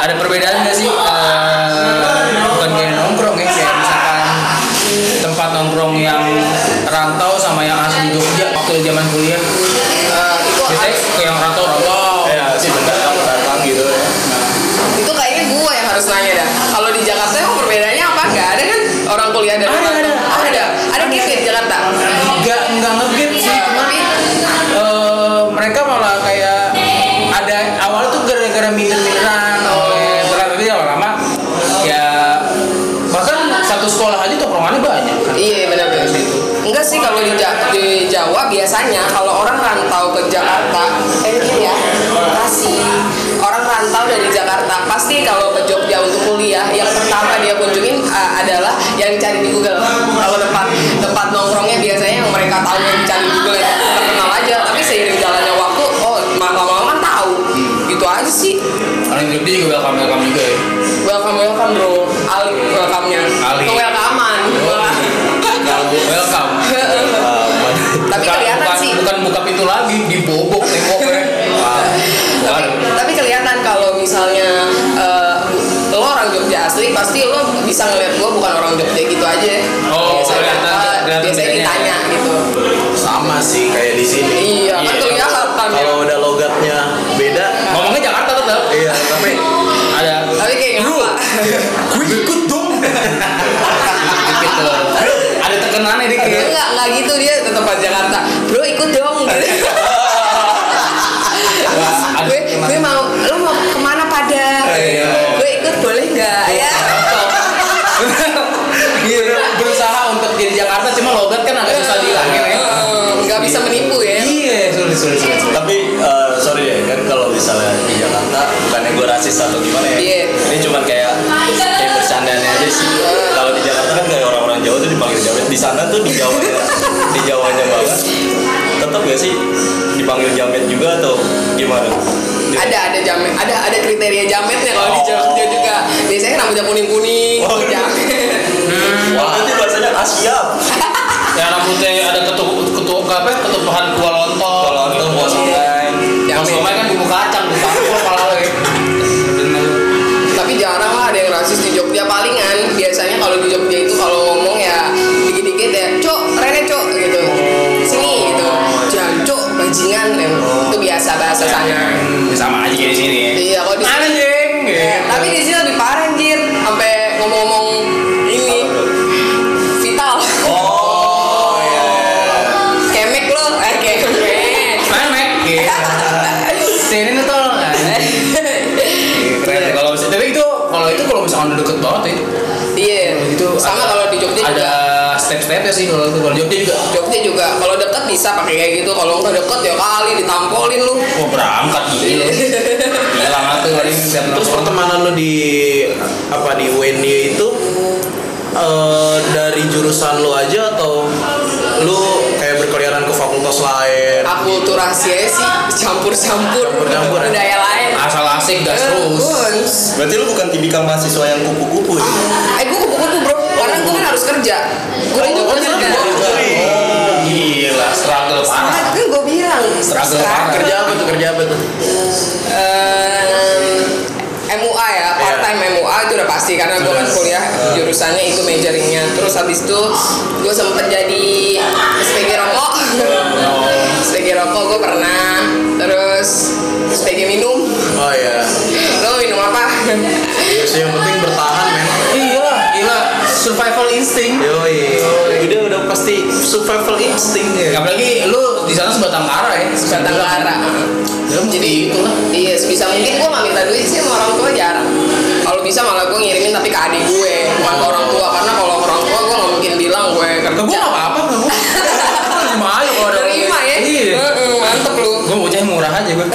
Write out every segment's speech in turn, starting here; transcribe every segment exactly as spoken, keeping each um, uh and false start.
ada perbedaan nggak sih? Uh, bukan kayak nongkrong ya, kayak misalkan tempat nongkrong yang rantau sama yang asli Jogja waktu zaman kuliah. Uh, itu biasanya kayak yang rantau-rantau. Ya sih benar datang gitu ya. Itu kayaknya gue yang harus nanya dah. Kalau di Jakarta emang perbedaannya apa? Gak ada kan orang kuliah dari ada, ada, oh, ada. Ada gap di Jakarta? Enggak, enggak nge-gap sih, cuma uh, mereka malah kayak ada awalnya tuh gara-gara minder-minderan oleh tapi lama-lama ya bahkan satu sekolah aja tongkrongannya banyak kan. Iya benar-benar itu. Enggak sih kalau di, di Jawa biasanya kalau orang rantau ke Jakarta, eh ya, kasih orang rantau dari Jakarta pasti kalau ke Jogja untuk kuliah yang pertama dia kunjungin uh, adalah yang dicari di Google. Kalau tempat tempat nongkrongnya biasanya yang mereka tahu yang dicari di Google yang terkenal aja, tapi seiring jalannya waktu, oh lama-lama kan tahu. Gitu aja sih. Orang Jogja juga welcome welcome juga ya. Welcome welcome bro, Ali welcome-nya. Ali. Welcome-an. Welcome. Tapi bukan, kelihatan bukan, sih. Bukan buka pintu lagi, dibobok temboknya. tapi, tapi kelihatan kalau misalnya uh, lo orang Jogja asli, pasti lo bisa ngeliat gue bukan orang Jogja gitu aja. Oh, biasanya kelihatan. biasanya ditanya gitu. Sama sih kayak di sini. Iya, kan kelihatan. Kalau udah logatnya beda, ngomongnya Jakarta tetap. Iya, tapi ada. Tapi kayak ngapa? Gue ikut dong. Gitu. Ada tekenannya dikit. Enggak, enggak gitu dia tetap di Jakarta. Bro ikut dong gitu. gue gue mau, lo mau kemana pada? Iya. Gue ikut boleh nggak? Ya. Gitu. Berusaha untuk jadi Jakarta, cuma logat kan agak susah dihilangin ya. Nggak bisa menipu ya. Iya, sulit sulit sulit. tapi uh, sorry ya kan kalau misalnya di Jakarta bukannya gue rasis atau gimana ya. Iya. Ini cuma kayak kayak bercandaan aja sih. Kalau di Jakarta kan kayak orang-orang Jawa tuh dipanggil jamet. Di sana tuh di Jawa di Jawanya banget. Tetap gak sih dipanggil jamet juga atau gimana? Ada ada jamet, ada ada kriteria jametnya kalau Oh. di Jogja juga. Biasanya rambutnya kuning-kuning, Oh. jamet. Hmm. Wah, itu bahasanya Asia. Yang rambutnya ada ketuk ketuk apa? Ketupahan kuah lontong. Kuah lontong, kuah somai. Kuah somai kan bumbu kacang, bukan kuah malah lagi. Tapi jarang lah ada yang rasis di Jogja. Palingan biasanya kalau di Jogja itu kalau ngomong ya dikit-dikit ya, cok, Rene cok gitu, sini gitu, jangan cok, bajingan yang itu biasa bahasa sana. Hmm, sama aja kayak di sini ya. Iya kalau di sini. Anjing. Eh, tapi di sini lebih parah anjir, sampai ngomong-ngomong ini vital. Oh, iya. Kemek lo, eh kemek. Memek. Sini nih tol. Keren. Kalau tapi itu kalau itu kalau misalkan udah deket banget itu. Iya. Itu Sama kalau di Jogja ada juga. step-stepnya sih kalau itu kalau Jogja juga. Jogja juga. Kalau deket bisa pakai kayak gitu. Kalau nggak deket ya kali ditampolin lu. Oh berangkat gitu. Hilang atuh paling setiap Terus nongkrong. pertemanan lo di apa di U N Y itu eh, dari jurusan lo aja atau lo kayak berkeliaran ke fakultas lain? Akulturasi aja sih, campur-campur. Campur-campur, ya? Budaya lain. Asal asik gas terus. Guns. Berarti lo bukan tipikal mahasiswa yang kupu-kupu ya? Eh gue kupu-kupu bro, karena gue kan harus kerja. Gue Oh, juga kerja kerja. juga. Oh gila, struggle Sama parah. kan gue bilang. Struggle Struggle. parah. Kerja apa tuh? Kerja apa tuh? Ehm, M U A ya, part time M U A itu udah pasti karena gue kan kuliah jurusannya itu majoringnya. Terus habis itu gue sempet jadi S P G rokok. S P G rokok gue pernah. Terus S P G minum. Oh iya. Lo minum apa? Iya sih, yang penting bertahan men. Iya, gila. Survival instinct. Yoi. Udah udah pasti survival instinct ya. Apalagi lu di sana sebatang kara ya. Batang kara. Jadi itulah. Iya, sebisa mungkin gue gak minta duit sih sama orang tua jarang. Kalau bisa malah gue ngirimin tapi ke adik gue, bukan ke orang tua. Karena kalau orang tua gue gak mungkin bilang gue kerja. Ke gua enggak apa-apa, ke gua. Terima aja kalau ada. Terima ya? Iya. Heeh, mantep lu. Gua mau cari murah aja gua.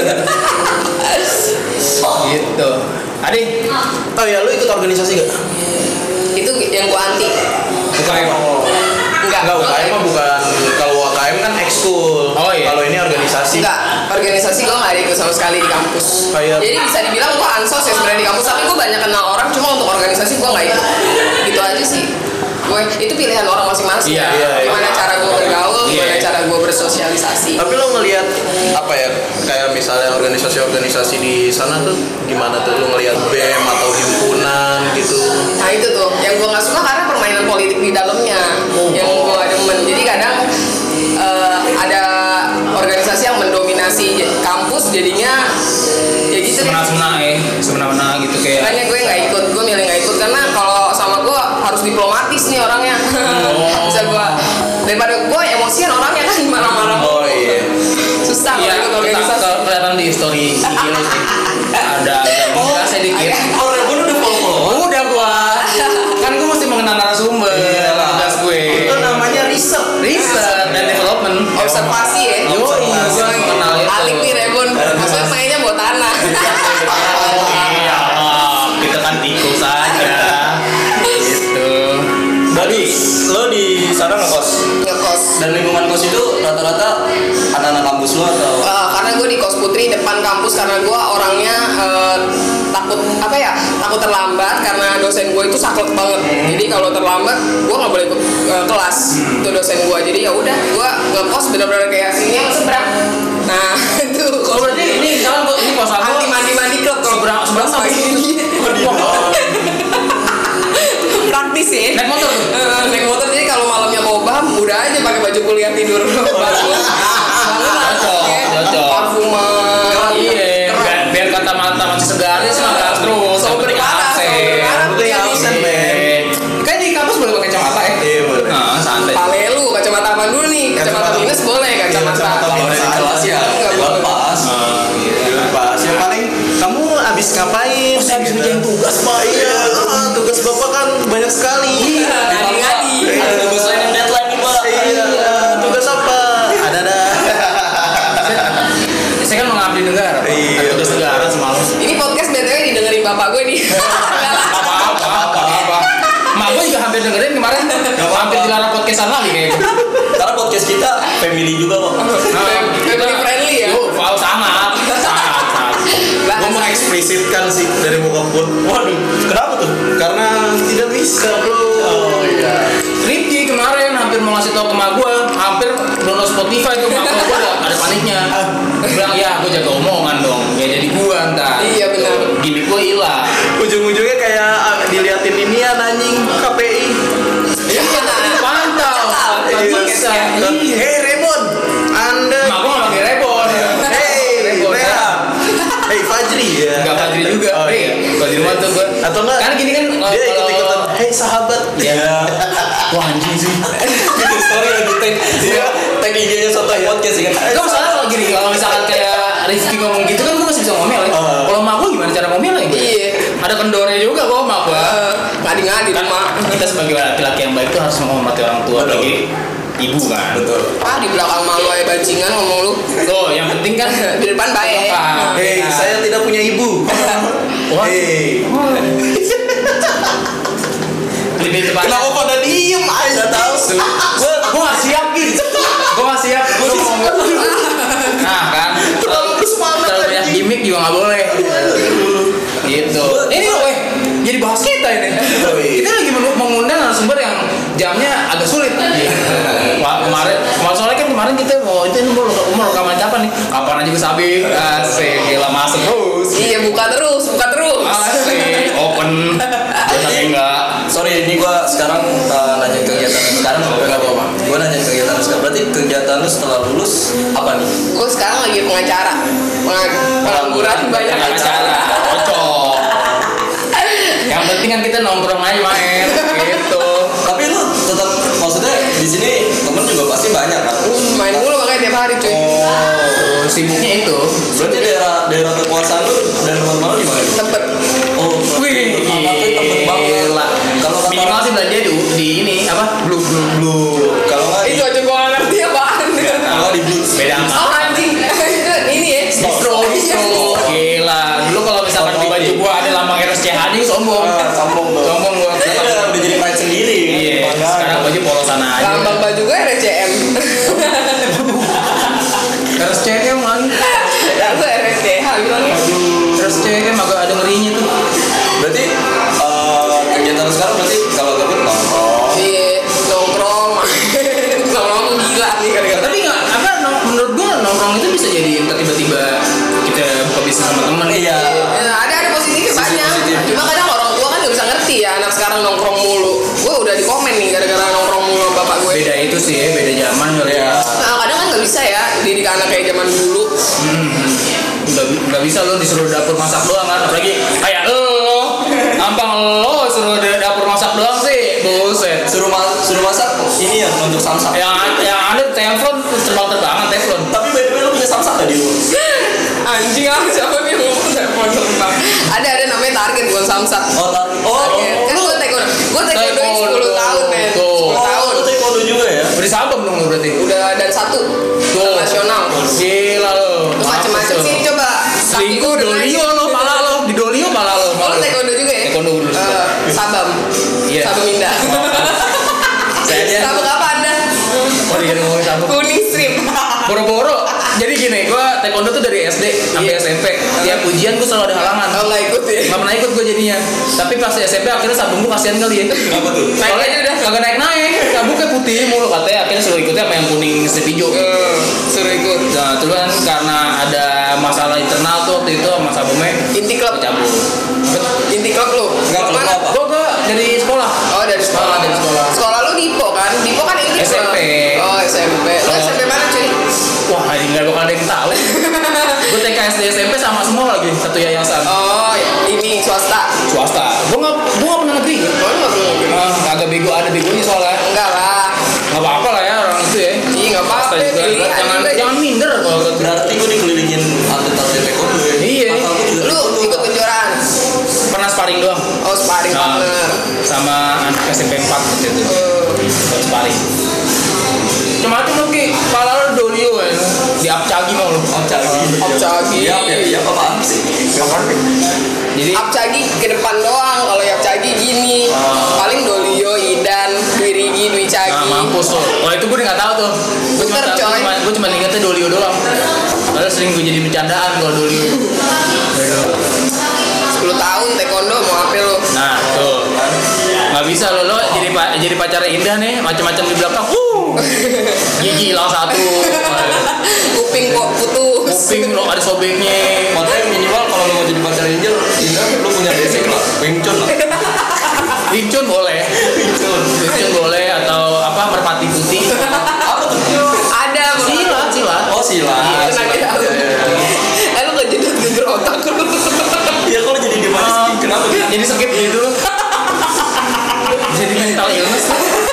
Gitu. Adik, Oh ya, lu ikut organisasi gak? Itu yang gue anti. buka emang. Enggak. Enggak, U K M mah bukan. Kalau U K M kan ekskul. Oh, iya. Kalau ini organisasi. Enggak, organisasi gue gak ada ikut sama sekali di kampus. Kayak- Jadi bisa dibilang gue ansos ya sebenarnya di kampus. Tapi gue banyak kenal orang, cuma untuk organisasi gue gak ikut. Gitu aja sih. gue itu pilihan orang masing-masing. Iya, iya, iya. Gimana cara gue bergaul, Iya. gimana cara gue bersosialisasi. Tapi lo ngelihat apa ya, kayak misalnya organisasi-organisasi di sana tuh gimana tuh, lo ngelihat B E M atau himpunan gitu? Nah itu tuh yang gue nggak suka karena permainan politik di dalamnya yang gue gak demen. Jadi kadang eh, ada organisasi yang mendominasi kampus jadinya ya gitu deh. Semena-semena eh, semena-mena gitu kayak. Makanya gue nggak ikut, gue milih nggak ikut karena kalau sama gue harus diplomatis nih orangnya. Bisa gue daripada gue emosian orangnya kan marah-marah. Oh iya. Susah kalau Iya, ikut kita organisasi. ke- kelihatan di story I G lo sih. Ada agak sedikit. Oh, gue udah follow. Oh, udah gua. Kan gua mesti mengenal narasumber. Tugas gue. Itu namanya riset. Research dan development. Observasi ya. Yo, iya, Gue lagi kenal itu. alik nih Rebon. Maksudnya mainnya buat tanah. Iya, kita kan tikus saja. Gitu. Tadi lo di sana ngekos Ngekos. dan lingkungan kos itu rata-rata anak-anak kampus lo atau Uh, karena gue di Kos Putri depan kampus karena gue orangnya uh, takut apa ya takut terlambat karena dosen gue itu saklek banget. Jadi kalau terlambat gue nggak boleh ikut uh, kelas itu dosen gue. Jadi ya udah gue ngekos benar-benar kayak sini sama seberang. Nah itu Oh, berarti ini misalkan gua ini kosan mandi gua mandi mandi klub kalau seberang seberang sampai sini. praktis ya. Naik motor tuh? Eh, naik motor jadi kalau malamnya mau baham udah aja pakai baju kuliah tidur bagus. Bangun Cocok, cocok. parfuman. Iya, biar, biar kata mata masih segar sih nggak gas terus. Yang Sober penting parah, absen. sober parah. Yang penting absen, men. Kan di kampus boleh pakai kacamata ya? Iya boleh. Nah, santai. Palelu, kacamata apa dulu nih? Kacamata Kacamata- minus boleh, kacamata. kacamata kalau di kelas ya Nggak boleh. lepas. Pas yang paling kamu abis ngapain? Oh, saya habis ngerjain tugas, Pak. Iya, ah, tugas bapak kan banyak sekali. Iya, ngadi-ngadi. Ada tugas lain yang deadline nih pak. Iya, tugas apa? Ada ada. Saya kan mengabdi negara. Pak. Iya. Ada tugas negara semalam. Ini podcast B T W didengerin bapak gue nih. Enggak lah. Apa-apa, apa-apa. Mak gue juga hampir dengerin kemarin. Hampir dilarang podcastan lagi kayaknya. Karena podcast kita family juga kok. Family friendly ya. Yuk, wow, sangat. Sangat, sangat. Gue mengeksplisitkan sih dari bokap gue. Waduh, kenapa tuh? Karena tidak bisa bro. Oh iya. Rifki kemarin hampir mau ngasih tau ke mak gue, hampir download Spotify tuh mak gue ada, ada paniknya. Dia bilang ya gue jaga omongan dong, ya jadi gue ntar. Iya, benar. Gimik gue hilang. Ujung-ujungnya kayak ah, diliatin inian anjing K P I. Iya. Pantau, nggak bisa. Iya. Hei Remon, Anda. Mak gue nggak pakai rebon. Hei Rebon. Rea. Hei Fajri ya. Nggak Fajri juga. Oh, Ri, iya. Fajri mah tuh gue. Atau enggak? Kan gini kan. Dia kalau- ikut-ikutan. Hei sahabat. Ya. Wah anjing sih. Bikin story lagi tag. Dia tag I G-nya soto podcast kan. Gak masalah kalau gini, kalau misalkan kayak Rifki ngomong gitu kan gue masih bisa ngomel ya. Uh. Kalau mak gue gimana cara ngomel ya? Iya. Ada kendornya juga kok mak gue. Eh, Ngadi-ngadi Kan rumah. kita sebagai laki-laki yang baik tuh harus menghormati orang tua, Betul. apalagi ibu kan. Betul. Ah di belakang malu aja bajingan ngomong lu. Tuh, yang penting kan Di depan baik. Ah, Hei, ya. saya tidak punya ibu. Wah. Hei. Lebih tepat. Kenapa pada diem aja tahu? Gue gue nggak siap gitu. Gue nggak siap. Gue ngomong. Nah kan. Terlalu bersemangat Terlalu banyak lagi. gimmick juga nggak boleh. Gitu. Ini loh, eh jadi bahas kita ini. Oh, iya. Kita lagi meng- mengundang narasumber yang jamnya agak sulit. Wah, kemarin, kemarin soalnya kan kemarin kita mau itu mau mau rekaman kapan nih? Kapan aja gue sabi. Asik, gila masuk terus. Iya buka terus, buka terus. Asik, open. Tapi enggak. Sorry, ini gua sekarang uh, nanya kegiatan lu sekarang nggak apa-apa. Gua nanya kegiatan lu sekarang. Berarti kegiatan lu setelah lulus apa nih? Gue sekarang lagi pengacara. Penga- Pengangguran banyak Banyak acara. acara. Cocok. Yang penting kan kita nongkrong aja main gitu. Tapi lu tetap maksudnya di sini temen juga pasti banyak kan? Hmm, main mulu makanya tiap hari cuy. Oh, sibuknya itu. Berarti daerah daerah kekuasaan lu dan teman-teman lu di mana? Tebet. Oh, Wih, anaknya temen banget. gila. Kalau kata Minimal sih belanja di, di ini apa? Blue blue blue. kalau nggak di Itu aja gue gak ngerti apaan. kalau nggak di Blue. Beda sama. Oh anjing. Itu ini ya. Distro, distro. Gila. Dulu kalau misalkan di baju gua ada lambang R S C H nih sombong. Ah, sombong tuh. Sombong gua. Dia udah, udah jadi pride sendiri. Iya. Makanya. Sekarang baju polosan aja. Lambang baju gue R C M. R S C M lagi. Dan gue R S C H bilangnya. R S C M agak ada ngerinya tuh. Berarti uh, kegiatan lu sekarang berarti kalau gabut nongkrong. Iya. kayak zaman dulu. Hmm. Udah nggak bisa lo disuruh dapur masak doang kan, apalagi kayak lo, gampang lo suruh dapur masak doang sih, buset. Suruh ma- suruh masak ini yang untuk samsak. Yang yang ada teflon terbang-terbangan teflon. Tapi by the way lo punya samsak tadi lo? Anjing ah, siapa nih ngomong telepon terbang? Ada ada namanya target bukan samsak. Oh, tar- oh, Target. Kan gue taekwondo, gue taekwondo sepuluh tahun men, Tuh. sepuluh tahun. lo taekwondo juga ya? Beri sabem dong lo berarti. Udah dan satu Tuh. nasional. Gila lo. Lu macem-macem sih coba. Selingkuh dolio lo, pala lo, di dolio pala lo. Oh, lu taekwondo juga ya? Taekwondo dulu. Eh, Sabam. Iya. Sabam indah. Saya aja. Sabuk apa Anda? Oh dia ngomongin sabuk. Kuning strip. Boro-boro. Jadi gini, gue taekwondo tuh dari S D sampai S M P. Tiap ujian gue selalu ada halangan. Oh, nggak ikut ya? Gak pernah ikut gue jadinya. Tapi pas S M P akhirnya sabung gue kasihan kali ya. Kenapa tuh? Soalnya aja udah. kagak naik-naik. Sabungnya putih mulu katanya. Akhirnya suruh ikutnya sama yang kuning strip hijau. Eh, suruh ikut. Nah, terus kan karena ada masalah internal tuh waktu itu sama sabungnya. Inti klub. Gue cabut. Inti klub lu. Enggak, klub Mana? apa? Gue gue dari sekolah. Oh, dari sekolah. Ah, dari sekolah. Sekolah lu di Ipo kan? Di Ipo kan inti S M P. klub. Oh, S M P. Lu Oh. S M P mana cuy? Wah, ini nggak bakal ada yang tahu. Gue T K S D S M P sama semua lagi satu yayasan. Oh, ini swasta. Swasta. Gue nggak gue nggak pernah negeri. Oh, lu nggak perlu gitu. Ah, agak bego ada begonya soalnya. Enggak lah. Nggak apa-apa lah ya orang itu ya. Iya, nggak apa-apa. Swasta juga. Pilihan Jangan juga. jangan minder kalau gitu. Berarti gue dikelilingin atlet-atlet taekwondo ya? Iya. Kakak gue juga Lu taekwondo. ikut kejuaraan? Pernah sparring doang. Oh, sparring Nah, partner. sama anak S M P empat waktu itu. Eh, Buat sparring. Macam-macam lo ki, pala lo dolio ya. Di apcagi mau lo. Apcagi. Apcagi. Iya, iya, iya, apaan sih? Jadi Apcagi ke depan doang, kalau Yapcagi gini. Paling Dolio, Idan, Dwi Rigi, Dwi nah, Cagi. mampus lo. Oh itu gue nggak tahu tuh. Gue cuma, Puter, tahu- coy. cuma gue cuma ingetnya dolio doang. Padahal sering gue jadi bercandaan kalau dolio. sepuluh tahun taekwondo mau apa lo? Nah tuh nggak bisa lo lo jadi pa- jadi pacarnya Indah nih macam-macam di belakang. Uh, gigi hilang satu. Kuping kok putus. Kuping lo ada sobeknya. Makanya minimal kalau lo mau jadi pacar Angel, Indah lo punya basic lah, Wing Chun lah. Wing Chun boleh. Wing Chun. Wing Chun boleh atau apa merpati putih. Apa tuh? Ada Silat silat. Oh silat. Iya, Tenaga silat. dalam. Eh lu gak jadi geger otak lu. Iya kalau jadi di mana? Kenapa gitu? Jadi skip gitu. Jadi mental illness.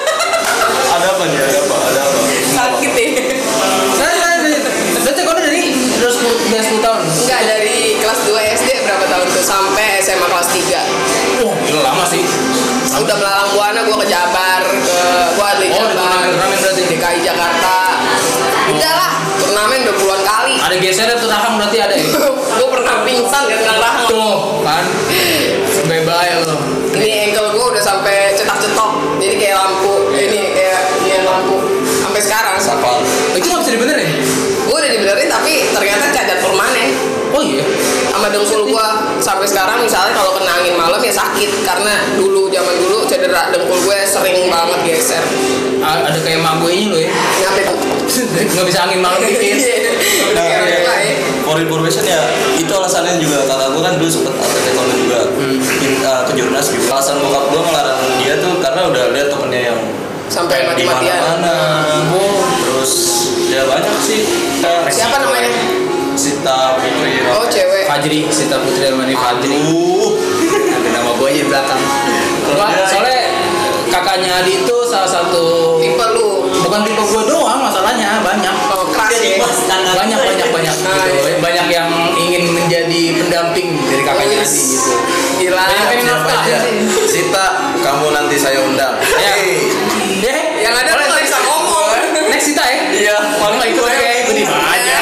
Ada apa nih? Ada apa? Ada apa? Sakit ya. Saya saya berarti kau dari udah sepuluh udah sepuluh tahun. Enggak, dari kelas dua S D berapa tahun tuh sampai S M A kelas tiga. Wah, gila lama sih. Udah melalang buana gue ke Jabar, ke gue atlet Oh, di Jabar, turnamen berarti. D K I Jakarta. Udah lah, turnamen udah puluhan kali. Ada gesernya tuh rahang berarti ada ya. Gue pernah pingsan kan kena rahang. Tuh kan. Bye-bye lo. Ini ankle gue udah sampai cetak-cetok, jadi kayak lampu. Ini kayak ini lampu. Sampai sekarang. Sapal. Itu nggak bisa dibenerin. Gue udah dibenerin tapi ternyata cacat permanen. Oh iya. Sama dengkul gue sampai sekarang misalnya kalau kena angin malam ya sakit karena dulu zaman dulu cedera dengkul gue sering banget geser. A- ada kayak mak gue ini lo ya. Kenapa itu? Nggak bisa angin malam dikit. Udah kayak orang tua ya. For information ya, itu alasannya juga kakak gue kan dulu sempet atlet taekwondo juga, Hmm. In- uh, ke jurnas juga. Alasan bokap gue ngelarang dia tuh karena udah lihat temennya yang Sampai di mati-matian. mana-mana. Oh. Terus ya banyak sih. Kayak Siapa Resiko, namanya? Sita Putri. Oh cewek. Fajri, Sita Putri Darmani Fajri. Aduh. Ada nama gue aja di belakang. Kalau Wah, dia- soalnya kakaknya Adi itu salah satu. Tipe lu. Bukan tipe gue doang masalahnya banyak. Oh keras ya. Banyak banyak banyak Ah, gitu. iya. Banyak yang ingin menjadi pendamping dari kakaknya Wis. Adi gitu. Gila. Banyak yang Siapa nafkah aja? sih. Sita, kamu nanti saya undang. Ya. Hey. Deh, Yang ada lu nggak bisa ngomong. next Sita ya. Iya, Kalau nggak ikut aja, gue di mana aja.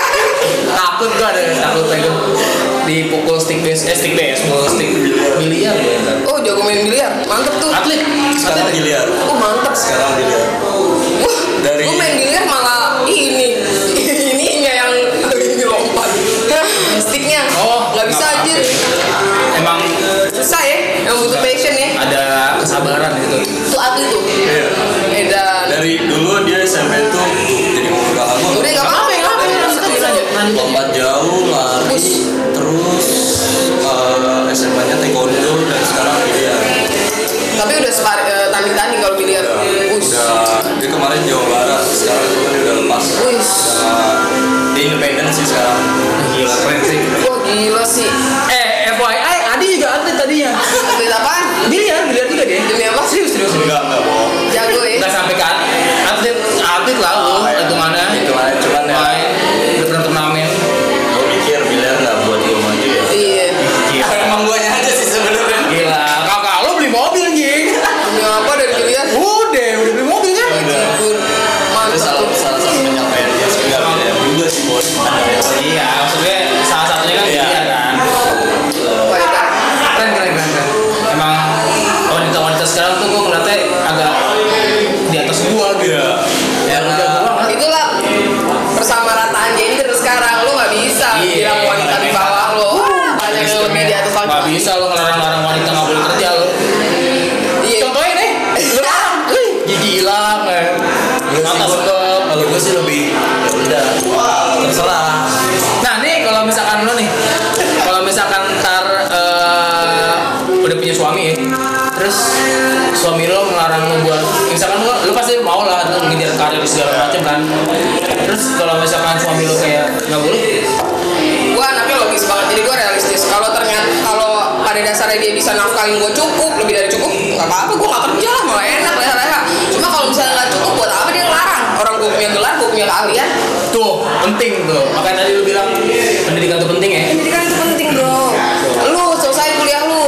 Takut gue ada takut takut dipukul stick base, eh stick base, pukul stick biliar gue. Oh jago main biliar, mantep tuh. Atlet, sekarang atlet. dilihat. Oh mantep. Sekarang dilihat. Wah, Dari- gue main biliar malah ini, ininya yang ini lompat. Sticknya, Oh, nggak bisa nggak aja. apa-apa. Emang Susah ya, yang butuh passion ya. ada kesabaran gitu. Itu atlet tuh. Iya. Edan. Dari dulu dia S M P tuh jadi ngomong ke kakak gue. Udah nggak apa-apa, nggak apa-apa. Lanjut, lanjut, lanjut, lanjut. Lompat jauh, lari, Push. terus uh, S M A-nya taekwondo dan sekarang biliar. Tapi udah separ, eh, tanding-tanding kalau biliar. Udah, Us. udah dia kemarin Jawa Barat, sekarang juga dia udah lepas. Wis. Nah, di sekarang. Gila keren sih. Wah gila sih. Eh F Y I Adi juga atlet tadinya. Atlet apaan? Biliar, biliar juga dia. Demi apa? Serius, serius. Enggak, enggak bohong. Jago ya. Nggak sampai ke atlet, atlet lah lu, itu mana? Itu mana, cuman ya. Main, udah pernah turnamen. Gue mikir biliar nggak buat gue maju ya. Iya. Gila. Emang guanya aja sih sebenarnya. Gila, kakak lu beli mobil Jing. Punya apa dari biliar? Udah, udah beli mobil kan? Jibur. Itu Mantap. salah salah satu pencapaian dia sih nggak biliar juga sih bos. Ada ya. Iya, maksudnya salah satunya kan Iya. biliar kan. Wah, ya, Kak. Keren, keren, keren, keren. Emang wanita-wanita sekarang tuh gue ngeliatnya agak di atas gua gitu. Iya. Ya, udah gua banget. Itulah persamarataan gender sekarang. Lu nggak bisa Iya. bilang wanita di bawah lo. Banyak yang lebih di atas Nggak laki-laki. bisa lo ngelarang-larang wanita nggak boleh kerja lo. Iya. Contohnya nih, lu larang, wih, gigi hilang, ya. Mata bengkak. Kalau gue sih lebih ya udah terserah. Nah nih kalau misalkan lo nih, kalau misalkan ntar eh, udah punya suami ya, terus suami lo ngelarang lo buat, misalkan lo, lo pasti mau lah lo ngejar karir segala macam kan. Terus kalau misalkan suami lo kayak nggak boleh, Gua anaknya logis banget, jadi gua realistis. Kalau ternyata kalau pada dasarnya dia bisa nafkahin gua cukup, lebih dari cukup, nggak apa-apa, gua nggak kerja lah, malah enak leha-leha. Cuma kalau misalnya nggak cukup, buat apa dia ngelarang? Orang gua punya gelar, gua punya keahlian. tuh penting tuh. Makanya tadi lo bilang pendidikan itu penting ya. Pendidikan itu penting bro. Lu selesai kuliah lu.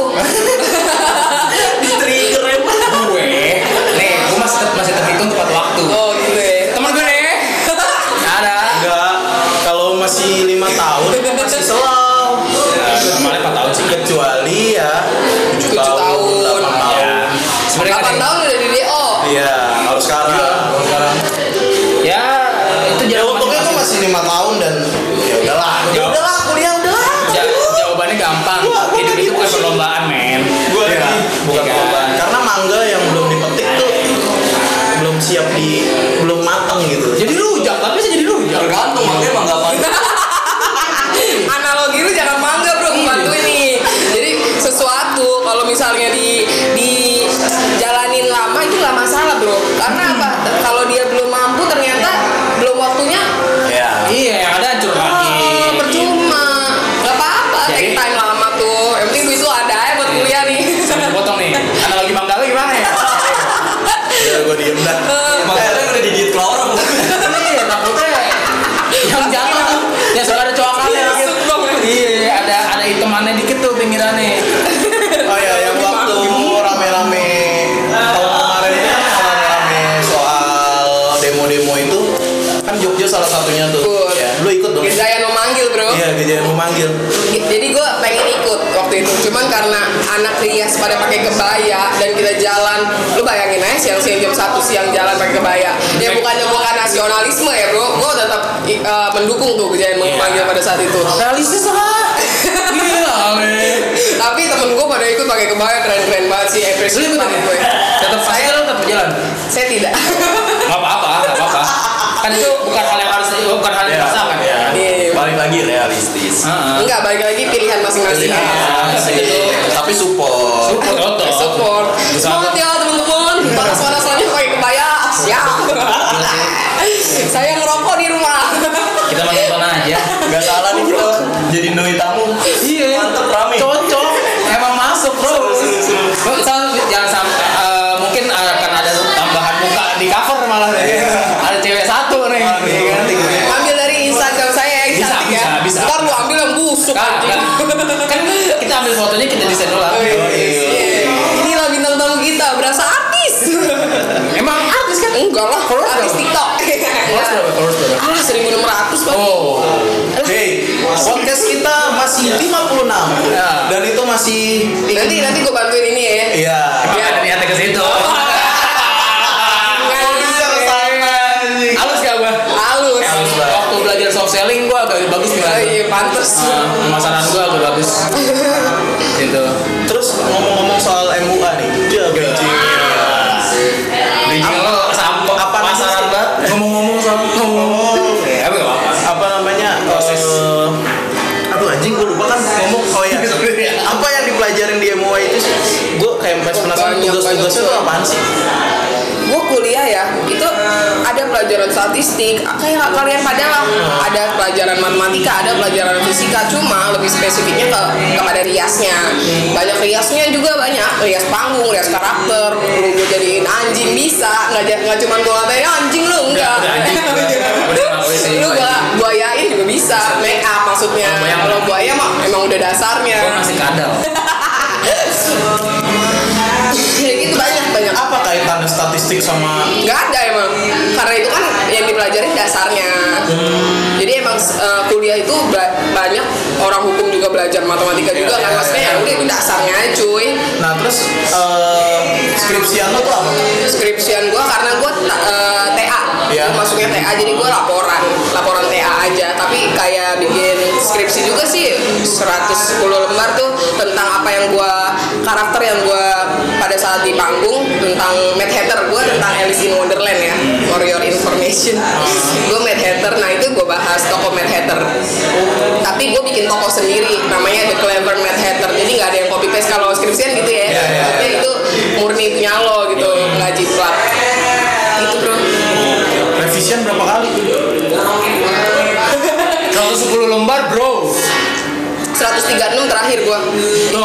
Di trigger emang. Gue, nih, gue masih masih terhitung tepat waktu. Oh gitu ya. Temen gue nih, nggak ada. Enggak, kalau masih lima tahun masih slow. Kemarin empat tahun sih. Kecuali ya tujuh Tujuh tahun, tahun. delapan tahun. Ya. Sebenarnya delapan kan tahun udah di D O. Iya, harus sekarang. Kalau sekarang, ya itu Ya jawabannya untungnya tuh masih lima tahun dan ya udahlah. Ya udahlah, kuliah udahlah. Ja- jawabannya gampang. Hidup itu bukan perlombaan, men. Gue Iya. bukan Iya. korban. Karena mangga yang belum dipetik tuh belum siap di belum matang gitu. Jadi rujak, tapi bisa jadi rujak. Tergantung makanya emang nggak apa. Analogi lu jangan mangga bro, bantu ini. Jadi sesuatu kalau misalnya di di jalanin lama itu nggak masalah bro. Karena apa? Kalau dia belum mampu ternyata belum waktunya. Ya. Iya, yang ada hancur lagi. Oh, percuma. Gak apa-apa. Jadi- Take time lama tuh. Yang penting duit lu ada ya buat kuliah nih. Sambil potong nih. Analogi mangga lu gimana ya? Ya gue diem dah. Makanya udah digigit ke orang. Iya, takutnya yang jatuh tuh, yang suka ada coakannya Iya, dikit. masuk dong. Iya, ada ada hitamannya dikit tuh pinggirannya. Oh ya, yang waktu rame-rame tahun kemarin itu kan yang rame-rame soal demo-demo itu kan Jogja salah satunya tuh. Betul. Ya, lu ikut dong. Gejayan memanggil bro. Iya, Gejayan memanggil. Jadi gue pengen ikut waktu itu, cuman karena anak rias pada pakai kebaya dan kita jalan, lu bayangin aja siang-siang jam satu siang jalan pakai kebaya. Ya bukannya bukan nasionalisme ya bro, gue tetap uh, mendukung tuh Gejayan memanggil pada saat itu. Realistis lah. Gila, men. Tapi temen gue pada ikut pakai kebaya, keren-keren banget sih, Lu appreciate ikut banget ya? gue. Tetap Saya saya lu tetap berjalan. saya tidak. Gak apa-apa, gak apa-apa. Kan itu bukan hal yang harus bukan hal yang dipaksakan ya. Iya. Balik lagi realistis. Heeh. Enggak, balik lagi pilihan masing-masing. Pilihan. Sih, tapi support. Support otot. Support. Semangat ya teman-teman. Panas-panasannya pakai kebaya. Siap. Saya ngerokok di rumah. Kita mau nonton aja. Gak salah nih kita jadi noi tamu. Iya. Mantep rame. Cocok. Emang masuk, Bro. Seru, seru, seru. Bro, jangan jangan sampai eh, mungkin akan ada tambahan muka di cover malah deh. Ada cewek satu nih. Iya kan? Ambil dari Instagram saya yang Bisa, cantik ya. bisa, bisa. Ntar lu ambil yang busuk. Kan, anjing. kan, kan kita ambil fotonya kita desain ulang. Oh, iya, iya. Inilah bintang tamu kita, berasa artis. Emang artis kan? Enggak lah, Followers artis berapa? TikTok. Followers berapa? Followers berapa? Ah, seribu enam ratus Pak. Oh. Hey, podcast kita masih lima puluh enam Ya. dan itu masih Nanti nanti gue bantuin ini ya. Iya. Emang ada niatnya ke situ. Bisa ke sana. Halus gak gua? Halus. Halus banget. Waktu belajar soft selling gua agak bagus nih. Oh, iya, pantes. Ah, pemasaran gua agak bagus. Gitu. Terus ngomong-ngomong soal M U A nih. Dia bridging-nya. Bridging lo sampo apa pasaran namanya? banget. Ngomong-ngomong soal ngomong. Ya, tapi gak apa-apa. Apa namanya? Proses. eh, aduh anjing gue lupa kan ngomong. Oh ya. Apa yang dipelajarin di M U A itu sih? Gue kayak masih penasaran Banyak, tugas-tugasnya banyak. tuh apaan sih? Gue kuliah ya, itu ada pelajaran pelajaran statistik kayak kalian pada lah. Ada pelajaran matematika, ada pelajaran fisika, cuma lebih spesifiknya ke kepada riasnya. Banyak riasnya juga, banyak rias panggung, rias karakter. Lu gue jadiin anjing bisa, nggak ja- nggak cuma gue ngatain anjing lu enggak. Udah anjing, udah. Udah ngapain sih, Lu anjing. gua buayain juga bisa, make up maksudnya. Oh, bayang- Kalau buaya mah emang udah dasarnya. Gue masih kadal. Ya gitu banyak banyak. Apa kaitannya statistik sama Nggak ada emang, karena itu kan yang dipelajarin dasarnya. Jadi emang eh, kuliah itu ba- banyak orang hukum juga belajar matematika juga kan, maksudnya ya udah itu dasarnya aja cuy. Nah terus eh, skripsian lo tuh apa? Skripsian gua karena gua eh, T A, Iya. gua masuknya T A jadi gua laporan, laporan T A aja. Tapi kayak bikin skripsi juga sih seratus sepuluh lembar tuh tentang apa yang gua karakter yang gua pada saat di panggung, tentang Mad Hatter. Gua tentang Alice in Wonderland ya, for your information. Gua Mad Hatter, nah itu gua bahas tokoh Mad Hatter. Tapi gua bikin tokoh sendiri, namanya The Clever Mad Hatter. Jadi nggak ada yang copy paste kalau skripsian gitu ya. Iya, iya. Maksudnya itu murni punya lo gitu, nggak jiplak. Itu bro. Revision berapa kali? seratus sepuluh lembar bro. seratus tiga puluh enam terakhir gua. Itu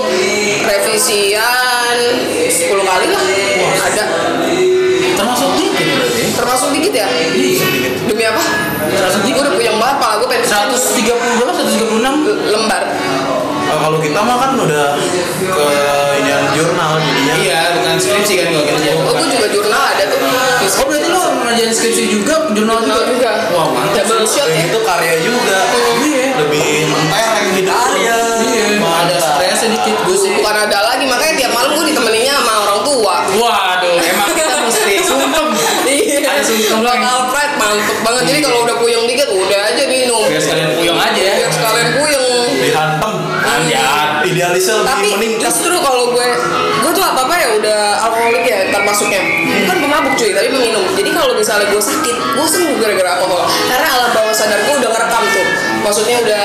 revisian sepuluh kali lah. Ada. Termasuk dikit berarti. Termasuk dikit ya? Demi apa? Termasuk Gue udah punya banget, pala gue pengen seratus tiga puluh berapa? seratus tiga puluh enam. lembar. Eh, kalau kita mah kan udah ke inian jurnal jadinya. Iya, bukan skripsi kan kalau kita jadi. Oh, gue juga jurnal ada tuh. Oh berarti lo ngerjain skripsi juga, jurnal Jurnal juga. Wah mantap. Double shot Kayak ya. gitu karya juga. Iya. Lebih mentereng hidup. Karya. Iya. Ada stres sedikit gue sih. Bukan ada lagi, makanya tiap malam gue ditemeninnya sama orang tua. Waduh, emang kita mesti sungkem. Iya. Ada sungkem lagi. Local pride mantep banget. Jadi kalau udah puyeng dikit, udah aja minum. Biar sekalian puyeng aja ya. Biar sekalian puyeng. Dihantam. Anjat. Idealisnya lebih Tapi meningkat. justru kalau gue gue tuh apa apa ya udah alkoholik ya termasuknya, bukan pemabuk cuy tapi peminum. Jadi kalau misalnya gue sakit gue sembuh gara-gara alkohol karena alam bawah sadar gue udah ngerekam tuh, maksudnya udah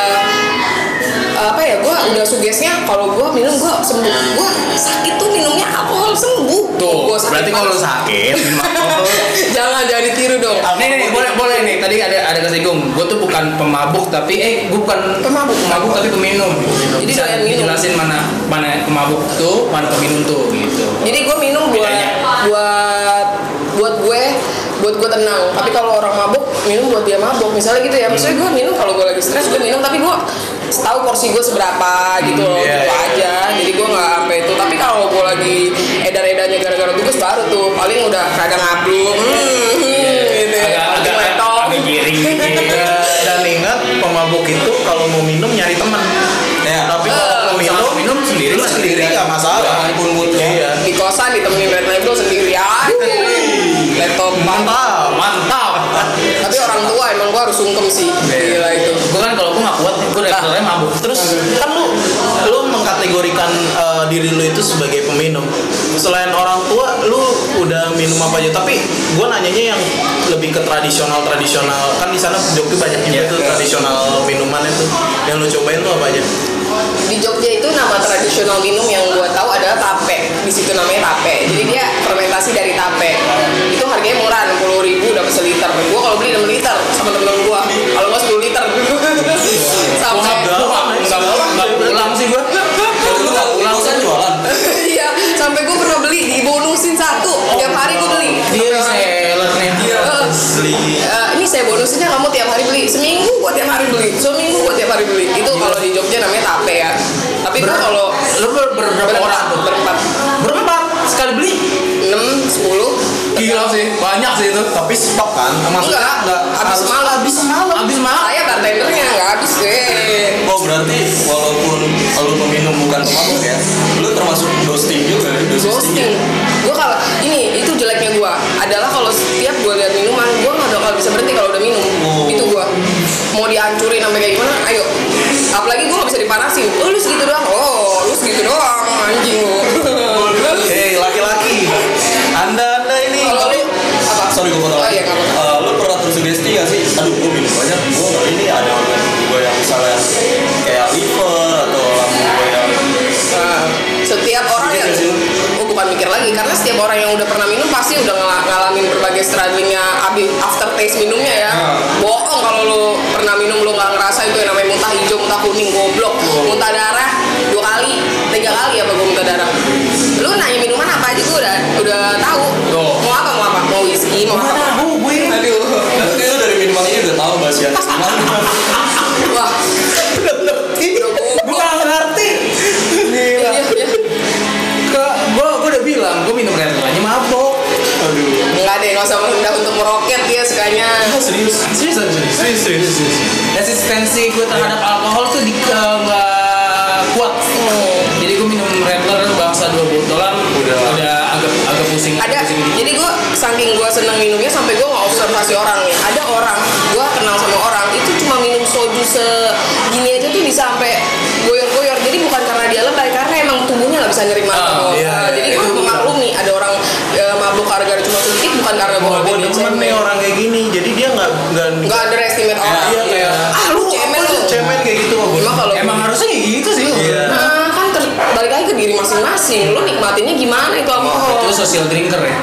apa ya, gue udah sugesnya kalau gue minum gue sembuh. Gue sakit tuh minumnya alkohol sembuh Tuh, Gua sakit berarti kalau lo banget. sakit minum alkohol. jangan jangan ditiru dong. Nih, nih, nih, boleh, boleh nih. Tadi ada ada kesinggung. Gue tuh bukan pemabuk, tapi eh, gue bukan Pemabuk. pemabuk tapi peminum. Jadi Bisa doyan minum. dijelasin mana mana pemabuk tuh, mana peminum tuh, gitu. Jadi gue minum buat Bedanya. buat buat gue buat gue tenang. Tapi kalau orang mabuk minum buat dia mabuk. Misalnya gitu ya. Maksudnya gue minum kalau gue lagi stres gue minum, tapi gue tahu porsi gue seberapa gitu loh, iya, gitu iya. aja. Jadi gue nggak sampai itu. Tapi kalau gue lagi edar-edarnya gara-gara tugas baru tuh paling udah kadang ngablu. Hmm, gitu. Agak agak Laptop. agak giring. Dan ingat pemabuk itu kalau mau minum nyari teman. Ya. Tapi kalau mau minum Sama minum sendiri lu sendiri nggak masalah. Pun mood Iya. Di kosan ditemenin red label sendiri aja. Laptop Mantap. Mantap. Tapi orang tua emang gue harus sungkem sih. Gila itu. Gue kan kalau gue nggak kuat, gue dari sebenarnya mabuk. Terus kan lu lu mengkategorikan eh, diri lu itu sebagai peminum. Selain orang tua, lu udah minum apa aja? Tapi gua nanyanya yang lebih ke tradisional tradisional. Kan di sana Jogja banyak juga Iya. tuh tradisional minuman itu. Yang lu cobain tuh apa aja? Di Jogja itu nama tradisional minum yang gue tahu adalah tape. Di situ namanya tape. Jadi dia fermentasi dari tape. Itu harganya murah, enam puluh ribu dapat seliter. Gue kalau beli enam liter sama temen-temen gue. Kalau nggak sepuluh liter. Sampai Nggak nggak pulang sih gue. Lu nggak pulang kan jualan. iya, sampai gue pernah beli dibonusin satu. Tiap hari gue beli. Dia reseller nih. Eh, Beli. eh, ini saya bonusinnya kamu tiap hari beli, seminggu buat tiap hari beli, seminggu buat tiap hari beli. Itu kalau di Jogja namanya tape ya. Tapi gue kalau Lu ber, ber, berapa orang tuh? berempat, Berempat sekali beli. enam, sepuluh. Gila sih, banyak sih itu. Tapi stok kan? Maksudnya Enggak, enggak habis harus- malam. Habis malam. Habis malam. Saya bartendernya nggak habis deh. Oh berarti walaupun lu peminum bukan pemabuk ya, lu termasuk ghosting juga, Ghosting. ghosting. Gue kalau ini itu jeleknya gue adalah kalau setiap gue lihat minuman gue nggak bakal bisa berhenti kalau udah minum. Oh. Itu gue mau dihancurin sampai kayak gimana? Ayo. Apalagi gue nggak bisa dipanasin. Oh lu segitu doang. Oh lu segitu doang. Anjing lu. Hei laki-laki, anda anda ini. Kalau lu apa? Sorry gue potong. Oh iya nggak apa-apa. Eh, lu pernah tersugesti gak sih? Aduh gue minum banyak, gue nggak ini ada gue yang misalnya kayak liver atau lambung gue yang Nah, setiap orang Mikir yang nggak sih lu? oh bukan mikir mikir lagi karena setiap orang yang udah pernah minum pasti udah ngal- ngalamin berbagai strugglingnya abis after taste minumnya ya. Bohong kalau lu pernah minum lu nggak ngerasa itu yang namanya muntah hijau, muntah kuning, goblok. Muntah darah dua kali, tiga kali apa gue muntah darah. Lu nanya minuman apa aja gue udah udah tahu. Mau apa mau apa? Mau whisky, mau apa? Tahu gue. Aduh. Nanti lu dari minuman ini udah tahu bahas yang gimana. Wah. Gue nggak ngerti. Gila. Iya, iya. Ke gue gue udah bilang gue minum Red Bull aja mabok. Aduh. Enggak deh, nggak usah merendah untuk meroket dia sukanya. Serius, serius, serius, serius, serius, serius. Resistensi gue terhadap alkohol tuh di nggak kuat. Jadi gue minum Red Bull bangsa dua botolan udah udah agak agak pusing. Ada, pusing dikit. jadi gue saking gue seneng minumnya sampai gue nggak observasi orang nih. Ada orang, gue kenal sama orang itu cuma minum soju segini aja tuh bisa sampai goyor-goyor. Jadi bukan karena dia lebay, karena emang tubuhnya nggak bisa nerima Ah, alkohol. iya, Nah, iya, jadi itu gue benar. memaklumi ada orang ya, mabuk gara-gara cuma sedikit bukan karena gue Wah, gue ngambil demen nih orang kayak gini. Jadi dia nggak nggak nggak underestimate orang. Iya kayak ah lu cemen apa lu. sih, cemen kayak gitu kok. Cuma kalau Emang harusnya kayak gitu sih. Iya. nah kan ter- balik lagi ke diri masing-masing. Lu nikmatinnya gimana itu alkohol? Itu social drinker ya.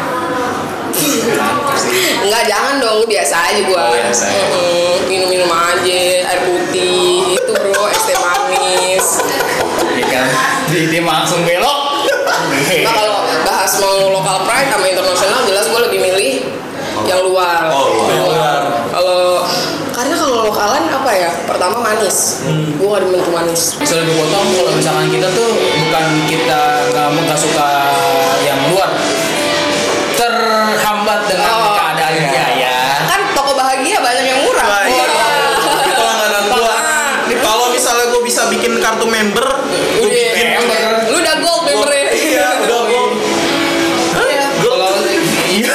Enggak, jangan dong, biasa aja gua. Oh, biasa. Mm-mm, minum-minum aja, air putih, itu bro, es teh manis. Iya kan. Dia, dia langsung belok. Nah kalau bahas mau local pride sama internasional, jelas gua lebih milih yang luar. Oh, Yang luar. Kalau karena kalau lokalan apa ya? Pertama manis. Gua gak demen tuh manis. Soalnya gue potong kalau misalkan kita tuh bukan kita nggak nggak suka yang luar, terhambat dengan Oh, keadaannya iya. ya. Kan toko bahagia banyak yang murah. Wah, iya. Wah. Itu langganan gua. Kalau misalnya gua bisa bikin kartu member, gua Udah, bikin lu udah gold membernya. Iya, udah gua. Iya. Kalau iya.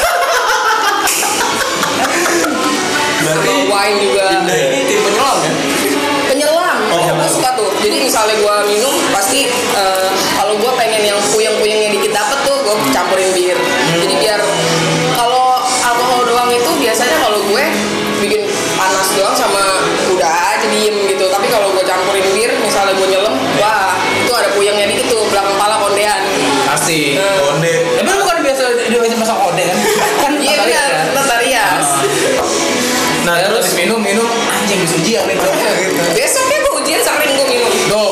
Sama wine juga. Nah, ini tim penyelam ya? Penyelam, Oh, gue suka tuh. Jadi misalnya gue minum, pasti eh, kalau gue pengen yang puyeng-puyengnya dikit dapet tuh, gue campurin bir. Jadi biar kalau alkohol doang itu biasanya kalau gue bikin panas doang sama udah aja diem gitu. Tapi kalau gue campurin bir, misalnya gue nyelem, wah itu ada puyengnya dikit tuh, belakang pala kondean. Pasti. Eh, Konde. Tapi lu bukan biasa dia biasa masak ode kan? Kan Iya tadi benar, ada. tetap rias. Nah terus minum minum anjing bisa ujian nih bro. Gitu. Besoknya gue ujian sering gue minum. Tuh.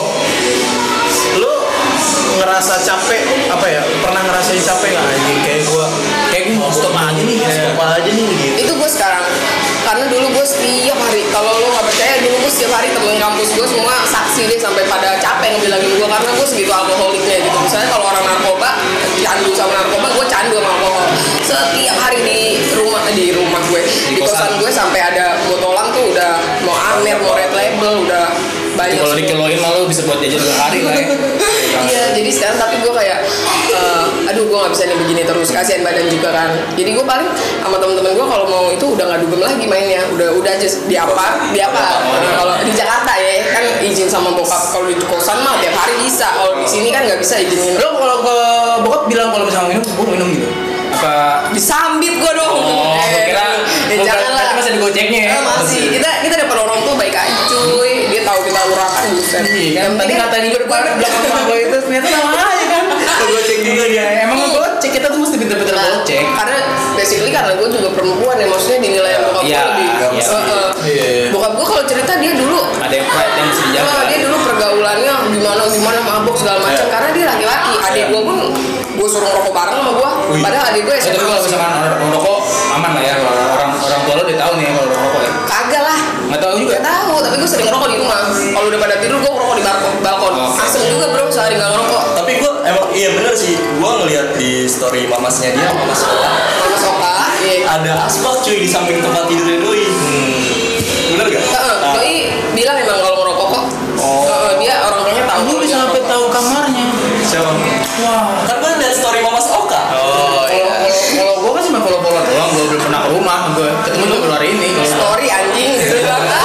Lu ngerasa capek apa ya? Pernah ngerasain capek nggak anjing? Kayak gua Kayak gue mau stop aja nih. stop aja nih gitu. Itu gue sekarang karena dulu gue setiap hari kalau lo nggak percaya dulu gue setiap hari temen kampus gue semua saksi deh sampai pada capek ngebilangin gue karena gue segitu alkoholiknya gitu. Misalnya kalau orang narkoba candu sama narkoba, gue candu sama alkohol. Setiap hari di rumah di rumah gue di, kosan. kosan gue sampai ada botolan tuh udah mau Amer mau Red Label udah banyak. Kalau semua. dikiloin malu bisa buat jajan dua hari lah ya. Iya, jadi sekarang tapi gue kayak, eh, aduh gue nggak bisa nih begini terus, kasihan badan juga kan. Jadi gue paling sama temen-temen gue kalau mau itu udah nggak dugem lagi mainnya, udah udah aja di apa, di apa. Nah, kalau di Jakarta ya kan izin sama bokap, kalau di kosan mah tiap hari bisa, kalau di sini kan nggak bisa izinin. Lo kalau ke bokap bilang kalau misalnya minum, gue minum gitu. Apa? Disambit gue dong. Oh, gue kira ya gue jangan lah. berarti masih ada gojeknya ya. Eh, masih kita kita depan orang tua baik aja cuy, dia tahu kita urakan buset. Iya kan, Yang tadi penting ngatain gue depan gue- belakang rumah gue itu ternyata sama aja kan. Gojek juga dia. Iya, emang ngegocek kita tuh mesti pinter-pinter Nah, gocek. karena basically karena gue juga perempuan ya, maksudnya dinilai sama bokap gue Iya, lebih. iya. Eh, eh. Iya. Bokap gue kalau cerita dia dulu, Ada yang pride yang mesti dijaga. oh, dia dulu pergaulannya gimana gimana mabuk segala macam Iya. karena dia laki-laki. Adik gue pun gue suruh ngerokok bareng sama gue, Wih. padahal adik gue Ya, S M A. tapi kalau misalkan orang orang rokok aman lah ya. Kalau orang orang tua lo udah tahu nih kalau rokok ya. Kagak lah. Nggak tahu juga. Gak tahu, tapi gue sering ngerokok di rumah. Kalau udah pada tidur gue ngerokok di balkon. balkon. Oh. Asem juga bro, sehari nggak ngerokok. Tapi gue emang iya bener sih. Gue ngeliat di story mamasnya dia, mamas Oka, Mama Soka, iya. ada aspal cuy di samping tempat tidurnya doi. Bener gak? Heeh, Nah, doi bilang emang kalau ngerokok kok. Oh. Heeh, dia orang tuanya tahu. Gue bisa sampai tahu kamarnya. siapa? Wah. Kan gue liat story mamas Oka. Oh Kalau kalau kalau gue kan cuma follow-follow doang, gue belum pernah ke rumah, gue ketemu juga baru hari ini. Story anjing gitu.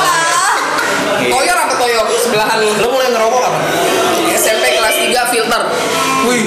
Ah. Toyor apa toyor sebelahan lu? Lu mulai ngerokok kapan? S M P kelas tiga filter. Wih,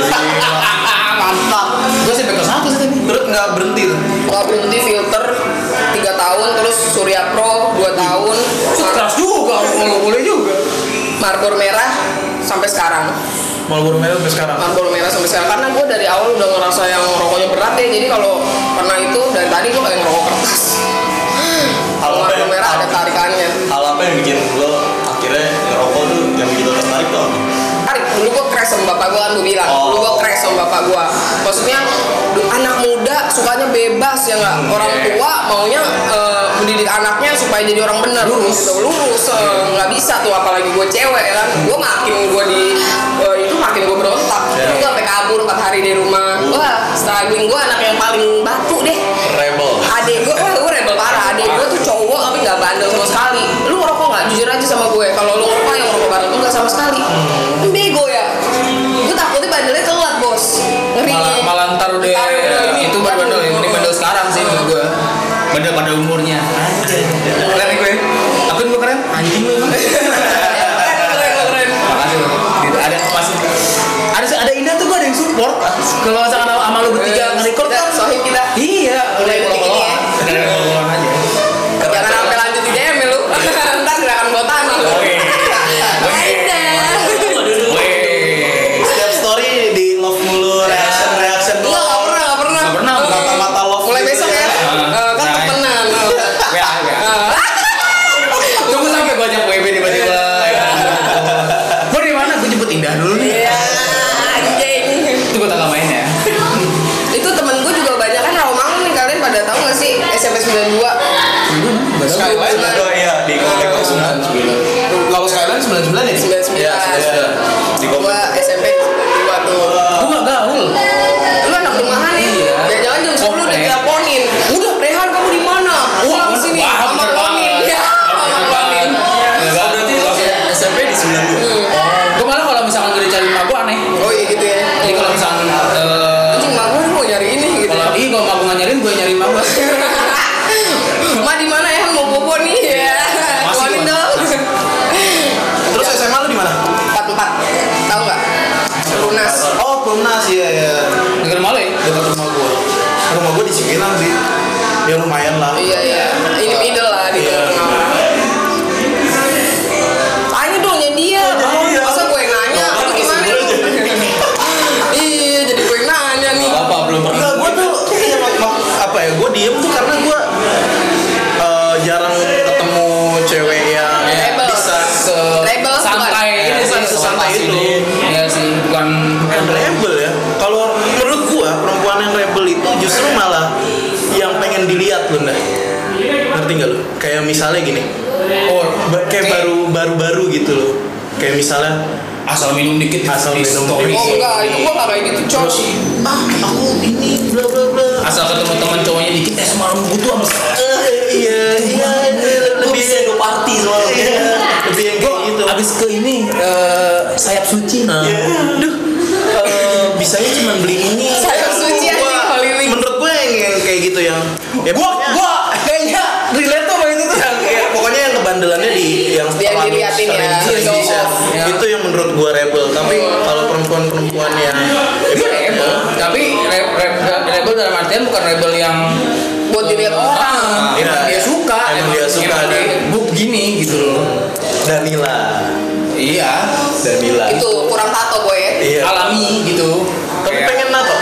mantap. Gue sih kelas satu sih tadi. Terus nggak berhenti tuh. Gak berhenti filter tiga tahun, terus Surya Pro dua tahun, Itu keras juga, kalau boleh juga. Marlboro merah sampai sekarang. Marlboro merah sampai sekarang. Marlboro merah sampai sekarang karena gue dari awal udah ngerasa yang rokoknya berat ya, jadi kalau karena itu dari tadi gue kayak ngerokok kertas. Kalau Marlboro merah ada tarikannya. Hal apa yang bikin lo akhirnya ngerokok tuh yang bikin lo tertarik tuh? Tarik, dulu gue crash sama bapak gue kan gue bilang, Oh. dulu gue crash sama bapak gue. Maksudnya anak muda sukanya bebas ya nggak, orang tua maunya uh, mendidik anaknya supaya jadi orang benar, lurus, gitu, lurus nggak uh, bisa tuh apalagi gue cewek ya kan, gue makin gue di uh, itu makin gue berontak, Yeah. gue sampai kabur empat hari di rumah, wah struggling, gue anak yang paling batu deh. Rebel. Adek gue, wah gue rebel parah. Adek gue tuh cowok tapi nggak bandel sama sekali. Lu ngerokok nggak? Jujur aja sama gue. Kalau lu ngerokok yang ngerokok bareng enggak sama sekali. Hmm. Bego ya. Gue takutnya bandelnya telat bos. Ngeri. Malah, malah ntar udah Ntar udah ini, itu baru bandel, ini bandel sekarang sih menurut gue. Bandel pada umurnya. Keren nih gue. Akun gue keren. Anjing lu. Keren, keren, keren. Makasih loh. Gitu, ada pasti ada ada Indah tuh gue ada yang support. Kalau misalkan sama lu bertiga nge-record kan sohib kita. iya, Mulai udah detik ini ya. kolong aja. Jangan sampai lanjut di D M ya lu. Ntar gerakan bawah tanah lu. Oke. Aida. Weh. Setiap story di love mulu, reaction reaction. Enggak, nggak pernah, nggak pernah. Nggak pernah. Mata-mata love. Mulai besok ya. Ah, Eh, kan nah. temenan. Ya, ya. Ah. Tunggu sampai gue ajak W B tiba-tiba. Gue di mana? Gue jemput Indah dulu nih. Iya, anjing. Itu gue tanggal mainnya. Itu temen gue juga banyak kan Rawamangun nih, kalian pada tahu nggak sih S M P sembilan puluh dua? Skyline Sembilan- Oh iya di komplek Ah. sembilan sembilan. Kalau Skyline sembilan puluh sembilan ya? sembilan puluh sembilan. Iya, di Gue komplek. S M P sembilan puluh dua tuh. Gue gak gaul. Lu anak rumahan ya? Iya. Jangan-jangan jam sepuluh udah Komplek. diteleponin. Udah, Rehan kamu di mana? Pulang Wah, sini. wah, Sama bener Ronin. banget. Ya, sama Bener Ronin. banget. Oh berarti lo S M P di sembilan dua. Gue malah kalau misalkan gue dicari emak gue aneh. Oh iya gitu ya. Jadi kalau misalkan eh, Anjing, mak gue mau nyari ini gitu. kalau iya kalau emak gue nggak nyariin gue nyari emak gue. Ma di mana ya? Mau bobo nih ya. Masih, Keluarin Mas. dong. Terus S M A lu di mana? Empat empat. Tahu nggak? Lunas. Oh, Perumnas ya ya. Dengar malu ya? Dekat rumah gua. Rumah gua di Cipinang sih. Ya lumayan lah. Iya iya. Ini middle lah di Iya. tengah. Tanya dong yang dia. jadi dia. Masa gue yang nanya? Oh, Lu gimana? masih lu? Iya, jadi gue yang nanya nih. Apa belum pernah? Enggak, gua tuh ya, mak- mak- apa ya? Gua diem tuh karena gua eh, jarang ketemu cewek yang Rebel. bisa Se Rebel santai bukan? ini Bukan sih, sesantai selepas itu. ini. Iya sih, bukan bukan rebel ya. Kalau menurut gua perempuan yang rebel itu justru malah yang pengen dilihat lu nah. Ngerti nggak lu? Kayak misalnya gini. oh Ba- kayak baru baru-baru gitu loh. Kayak misalnya asal minum dikit Asal di minum story. dikit. Oh enggak, itu gue gak kayak gitu coy. ah aku ini bla bla bla. Asal ketemu teman cowoknya dikit eh semalam butuh sama Eh, iya iya Lo lebih bisa go party soalnya. iya, lebih yang kayak gitu. abis ke ini eh, sayap suci. Nah, duh, eh, bisanya cuma beli ini. Sayap suci anjing, Gua- Holy Wing. Menurut gue yang, yang kayak gitu yang ya Gua pokoknya- gua kayaknya relate tuh sama itu tuh. yang ya, pokoknya yang kebandelannya di yang Dia terlalu diliatin ya, sering- sering show di share. off. Ya. Itu yang menurut gue rebel. Tapi kalau perempuan-perempuan yang Dia rebel, tapi re- re- rebel dalam artian bukan rebel yang Buat dilihat orang. Ah, Iya. emang dia suka, Emang dia suka, emang dan- dia bu gini gitu loh. Danila, Iya, Danila. Itu kurang tato gue ya. Iya. alami gitu. Tapi Kayak- pengen nato.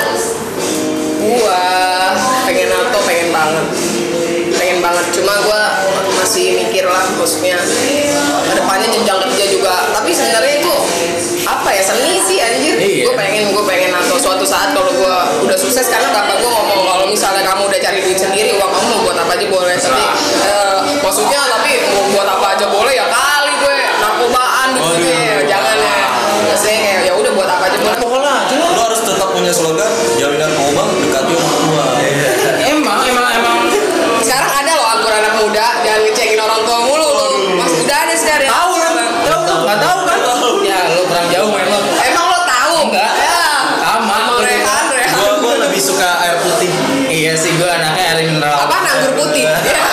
Gua pengen nato, pengen banget. Pengen banget. Cuma gua masih mikir lah, maksudnya kedepannya jenjang kerja juga. Tapi sebenarnya itu apa ya, seni sih anjir. Iya. Gue pengen gue pengen nato suatu saat kalau gue udah sukses, karena bapak gue ngomong kalau misalnya kamu udah cari duit sendiri, uang kamu mau buat apa aja boleh. Tapi eh, maksudnya tapi mau buat apa aja boleh ya kali gue narkobaan gitu ya, jangan ya. Maksudnya kayak ya udah buat apa aja boleh. Pokoknya aja Lo harus tetap punya slogan jaminan kobang dekati orang tua. emang emang emang Sekarang ada loh anggur anak muda, jangan ngecengin orang tua mulu lo. Mas udah ada sekarang. tahu kan? Tahu tuh nggak tahu kan? Ya lo kurang jauh memang. Emang lo tahu? Enggak. Ya. Sama. Emang Rehan, Rehan. Gue gue lebih suka air putih. Iya sih gue anaknya air mineral. Apa anggur putih? Ya.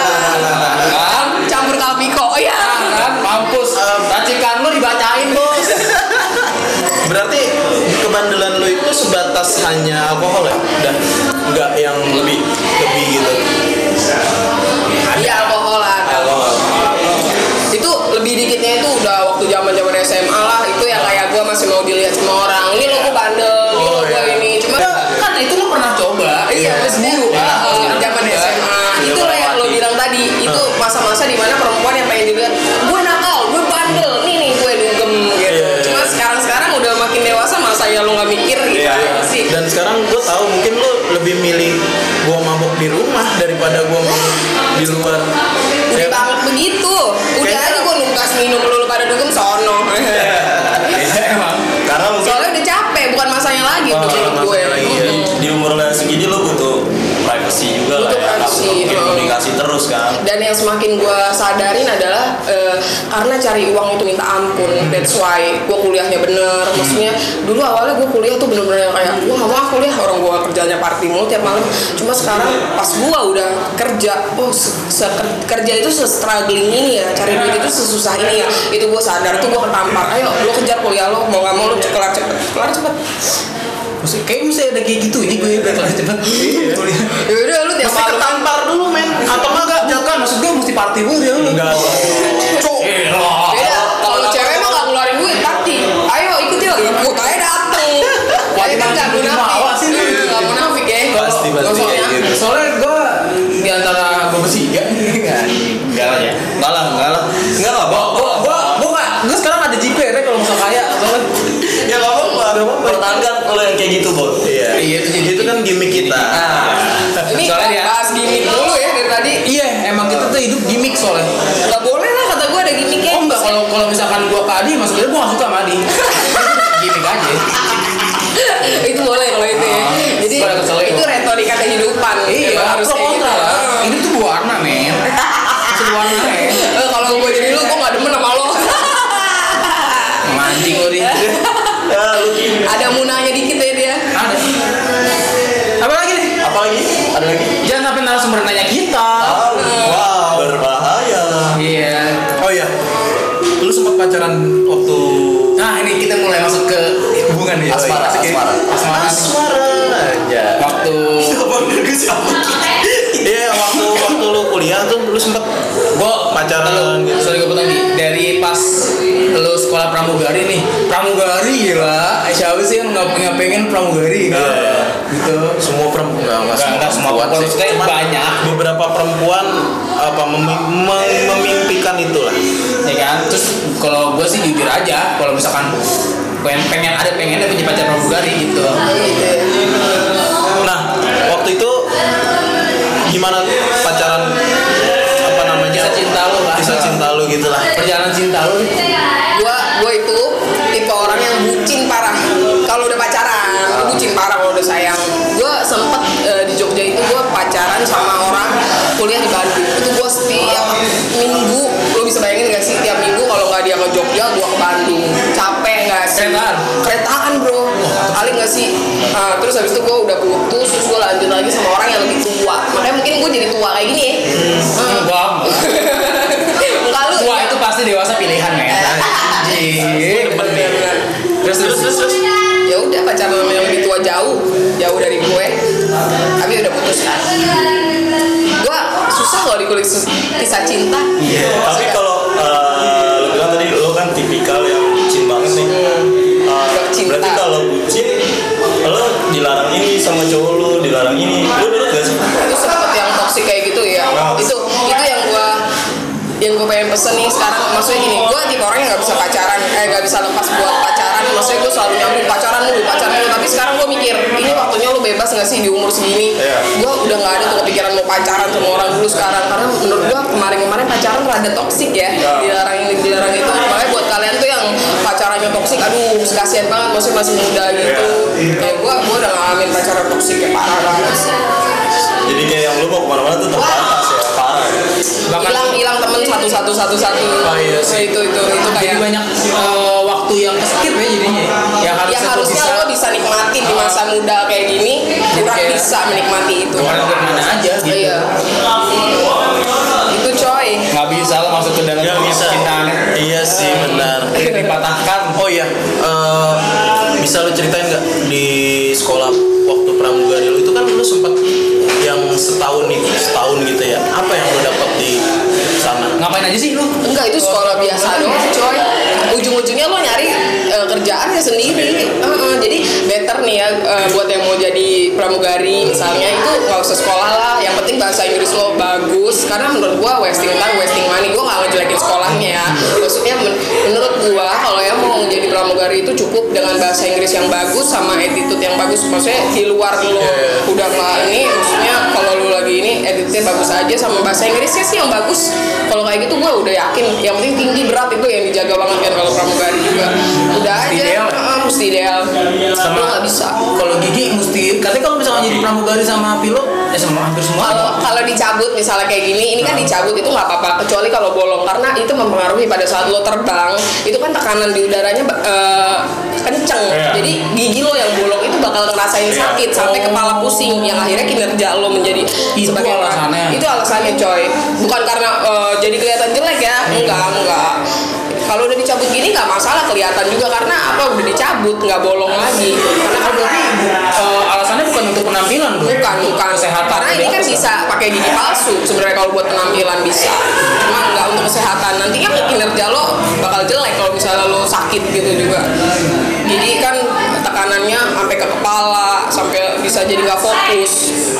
Kan? Campur kalpiko. Oh ya. Kan? Mampus. Racikan lo dibacain bos. Berarti kebandelan lu itu sebatas hanya alkohol ya? Udah nggak yang lebih lebih gitu. Iya alkohol lah. Alkohol. Itu lebih dikitnya itu udah waktu zaman zaman S M A lah, itu yang kayak gue masih mau di dilihat semua orang. Ini lo gue bandel, ini lo gue ini. Cuma kan itu lo pernah coba. iya, maksudnya zaman S M A itu lah yang lo bilang tadi. Itu masa-masa dimana perempuan yang pengen dilihat, gue nakal, gue bandel, nih nih gue dugem gitu. Cuma sekarang-sekarang udah makin dewasa, masa ya lo nggak mikir gitu sih. Dan sekarang gue tahu mungkin lo lebih milih gue mabok di rumah daripada gue mabok di luar. Udah banget begitu. Udah aja gue nungkas minum lu pada dugem sono. Emang. Karena mungkin Soalnya udah capek, bukan masanya lagi Oh, dugem gue. masanya lagi, ya. Mm-mm. di umur yang segini lo butuh privacy juga lah Butuh ya. Nggak privacy, mungkin oh. komunikasi terus kan. Dan yang semakin gue sadarin adalah eh, karena cari uang itu minta ampun. That's why gue kuliahnya bener. Maksudnya dulu awalnya gue kuliah tuh bener-bener yang kayak gue gak mau kuliah, orang gue kerjanya party mulu tiap malam. Cuma sekarang pas gue udah kerja, oh se- se- kerja itu se-struggling ini ya, cari duit itu sesusah ini ya. Itu gue sadar tuh gue ketampar. Ayo lo kejar kuliah lo, mau gak mau lo kelar cepet, kelar cepet. Maksudnya kayak mesti ada kayak gitu ini gue biar kelar cepet. Ya udah lu tiap Mesti malam ketampar dulu men. Atau enggak Jangan, maksud gue mesti party mulu ya lu. enggak. Cuk. Beda. Kalau cewek mah gak ngeluarin duit, tapi ayo ikut yuk, ikut aja dateng. Tapi kan gak bikin mawa munafik. sih lu. Gak munafik ya. Pasti, pasti Soalnya kayak gitu. Soalnya gue di antara gue bertiga enggak enggak lah ya. Enggak lah, enggak lah. Enggak lah, Bang. Gue gue gue nggak gue sekarang ada J P ya kalau misal kaya soalnya. Ya enggak apa-apa. Pertahankan kalau yang kayak gitu, Bang. Iya. Iya, itu jadi- itu kan gimmick kita. ini Soalnya dia- bahas gimmick dulu ya dari tadi. Iya, emang kita tuh hidup gimmick soalnya. Gak boleh lah kata gue ada gimmicknya. Oh enggak, kalau kalau misalkan gue ke Adi, mas sebenarnya gue gak suka sama Adi. Gimmick aja. Itu boleh kalau itu ya. Jadi Gua ada kesel ya. itu retorika kehidupan. Iya, Emang harus pro kayak gitu. kontra lah. Ini tuh berwarna men. Itu berwarna men. Eh, kalau gue jadi lu, gue gak demen sama lo. Mancing lo di. Ya, lu gini. Ada munahnya dikit ya dia. Ada. Apa lagi nih? Apa lagi? Ada lagi? Jangan sampai narasumber nanya kita. Wow, berbahaya. Iya. Oh iya. Lu sempat pacaran waktu Nah ini kita mulai masuk ke hubungan ya. Asmara, Masuk ke- asmara. Asmara. asmara aja. Waktu Iya, waktu waktu lu kuliah tuh lu sempat gua pacaran gitu. gitu. Sorry gue potong nih. Dari pas lu sekolah pramugari nih, pramugari gila. Siapa sih yang nggak punya pengen pramugari? Gitu. Iya. Gitu. Semua perempuan enggak, enggak Enggak, enggak semua perempuan, sih. maksudnya Cuman banyak. beberapa perempuan apa memi- mem- memimpikan itulah. Ya kan. Terus kalau gue sih jujur aja, kalau misalkan pengen, pengen ada pengen ada punya pacar pramugari gitu. Nah, waktu itu gimana pacaran apa namanya? Kisah cinta lu lah. Kisah cinta lu gitu lah. Perjalanan cinta lu. Gua gua itu tipe orang yang bucin parah. Kalau udah pacaran, gua bucin parah kalau udah sayang. Gua sempet eh, di Jogja itu gua pacaran sama orang kuliah di Bandung. Itu gua setiap minggu, lo bisa bayangin gak sih tiap minggu kalau nggak dia ke Jogja, gua ke Bandung. Capek nggak sih? Keretaan? Keretaan bro. Kali nggak sih? Nah, terus habis itu gua udah putus, terus gua lanjut lagi sama orang yang lebih tua. Makanya mungkin gua jadi tua kayak gini ya. Enggak. Enggak lu. Tua itu pasti dewasa pilihan ya. Anjing. Bener-bener. Terus terus terus. terus. Ya udah pacaran sama yang lebih tua jauh jauh dari gue, tapi udah putus kan. Gue susah loh dikulik sus- kisah cinta. Iya. Tapi kalau eh, lu bilang tadi lu kan tipikal yang bucin banget nih. Eh, Cinta. berarti kalau bucin lu dilarang ini sama cowok lu, dilarang ini. Lu dulu gak sih? Itu sempet yang toksik kayak gitu ya. Nah. Itu itu yang gue yang gue pengen pesen nih sekarang. Maksudnya gini, gue tipe orang yang nggak bisa pacaran, eh nggak bisa lepas buat pacaran. Maksudnya gue selalu nyambung pacaran dulu, pacaran dulu. Tapi sekarang gue mikir, ini waktunya lu bebas nggak sih di umur segini? Iya. Gue udah nggak ada tuh kepikiran mau pacaran sama orang dulu sekarang. Karena menurut gue kemarin-kemarin pacaran rada toksik ya. Dilarang ini, dilarang itu. Makanya buat kalian tuh yang pacarannya toksik, aduh kasihan banget. Maksudnya masih muda gitu. Kayak gue, gue udah ngalamin pacaran toksik kayak parah banget sih. Jadi kayak yang lu mau kemana-mana tuh terbatas ya, parah. Bahkan hilang hilang temen satu satu satu satu Oh, iya sih. itu itu itu jadi kayak banyak eh, waktu yang skip ya jadinya. Yang harusnya yang gua harusnya bisa lo bisa nikmatin di masa muda kayak gini kurang kayak- bisa menikmati itu. kemarin kemana aja gitu. Iya itu coy. Nggak bisa lo masuk ke dalam Ya dunia bisa. percintaan. Iya sih benar. Tidak dipatahkan. Oh iya, eh, bisa lu ceritain nggak di sekolah waktu pramugari lu itu kan lu sempat yang setahun nih, setahun gitu ya. Apa yang lu dapat di sana? Ngapain aja sih lu? Enggak itu sekolah biasa doang coy. Ujung-ujungnya lo nyari eh, kerjaan ya sendiri. Uh-uh. Jadi better nih ya uh, buat yang mau jadi pramugari misalnya itu nggak usah sekolah lah. Yang penting bahasa Inggris lo bagus. Karena menurut gua wasting time, wasting money. Gua nggak ngejelekin sekolahnya ya. Maksudnya men- menurut gua kalau yang mau menjadi pramugari itu cukup dengan bahasa Inggris yang bagus sama attitude yang bagus. Maksudnya di luar lo udah nggak ini, maksudnya kalau lo lagi ini attitude-nya bagus aja sama bahasa Inggrisnya sih yang bagus. Kalau kayak gitu gua udah yakin. Yang penting tinggi berat itu yang dijaga banget kan kalau pramugari juga. Udah Mesti aja. ideal. Uh, mesti ideal. Sama Lo nggak bisa. Kalau gigi mesti, katanya kalau misalnya jadi pramugari sama pilot, ya sama hampir semua. Kalau kalau dicabut misalnya kayak gini, ini kan dicabut itu nggak apa-apa kecuali kalau bolong karena itu mempengaruhi pada saat lo terbang itu kan tekanan di udaranya uh, kenceng. Iya. Jadi gigi lo yang bolong itu bakal ngerasain sakit sampai kepala pusing yang akhirnya kinerja lo menjadi Itu sebagai orang. alasannya. Itu alasannya coy. Bukan karena uh, jadi kelihatan jelek ya. Enggak, enggak. Kalau udah dicabut gini nggak masalah kelihatan juga karena apa udah dicabut nggak bolong lagi. Karena kan berarti Eh, alasannya bukan untuk penampilan bro. bukan bukan Kesehatan. karena ini kan bisa pakai gigi palsu sebenarnya kalau buat penampilan bisa cuma nggak untuk kesehatan nantinya kinerja lo bakal jelek kalau misalnya lo sakit gitu juga jadi kan tekanannya sampai ke kepala sampai bisa jadi nggak fokus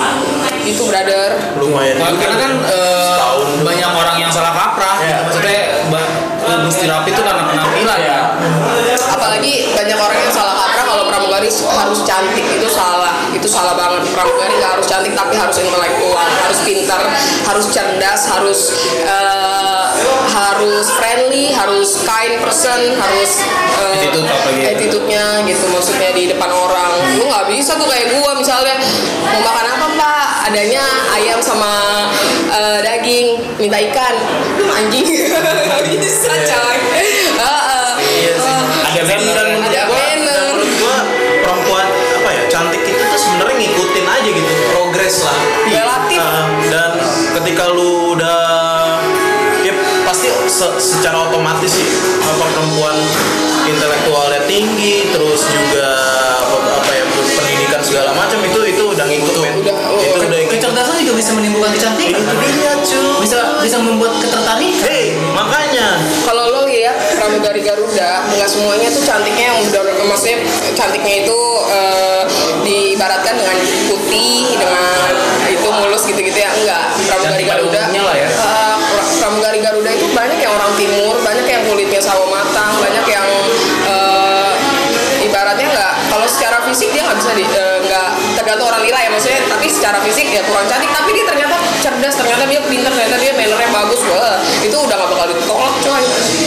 itu brother. Lumayan. Nah, karena kan eh, banyak orang yang salah kaprah. Iya. Maksudnya ba- mesti rapi itu karena penampilan ya. Apalagi banyak orang yang salah kaprah kalau pramugari harus cantik itu salah itu salah banget. Pramugari nggak harus cantik tapi harus intelektual harus pintar harus cerdas harus eh, harus friendly harus kind person harus eh, Attitude apalagi. attitude-nya gitu maksudnya di depan orang. Lu nggak bisa tuh kayak gua misalnya mau makan apa pak adanya ayam sama eh, daging minta ikan lu anjing nggak bisa coy. Heeh. Iya sih. Ada Dan, dan manner. menurut Ada gua, manner. dan menurut gua perempuan apa ya cantik itu tuh sebenarnya ngikutin aja gitu progres lah. Relatif. Uh, dan ketika lu udah ya pasti se- secara otomatis sih apa perempuan intelektualnya tinggi terus juga apa, apa ya pendidikan segala macam itu itu udah ngikut men. Udah, oh, itu oh. udah ngikut. Kecerdasan juga bisa menimbulkan kecantikan. Itu dia cuy. Bisa bisa membuat ketertarikan. Hei makanya Kalau lo lihat pramugari Garuda, nggak semuanya tuh cantiknya yang udah, maksudnya cantiknya itu eh, diibaratkan dengan putih, dengan itu mulus gitu-gitu ya, enggak. Pramugari Cantik pada Garuda, umumnya lah ya. eh, pra- pramugari Garuda itu banyak yang orang timur, banyak yang kulitnya sawo matang, banyak yang eh, ibaratnya nggak, kalau secara fisik dia nggak bisa di, eh, nggak tergantung orang nilai ya maksudnya, tapi secara fisik ya kurang cantik, tapi dia ternyata cerdas, ternyata dia pintar, ternyata dia mannernya bagus, wah itu udah nggak bakal ditolak coy.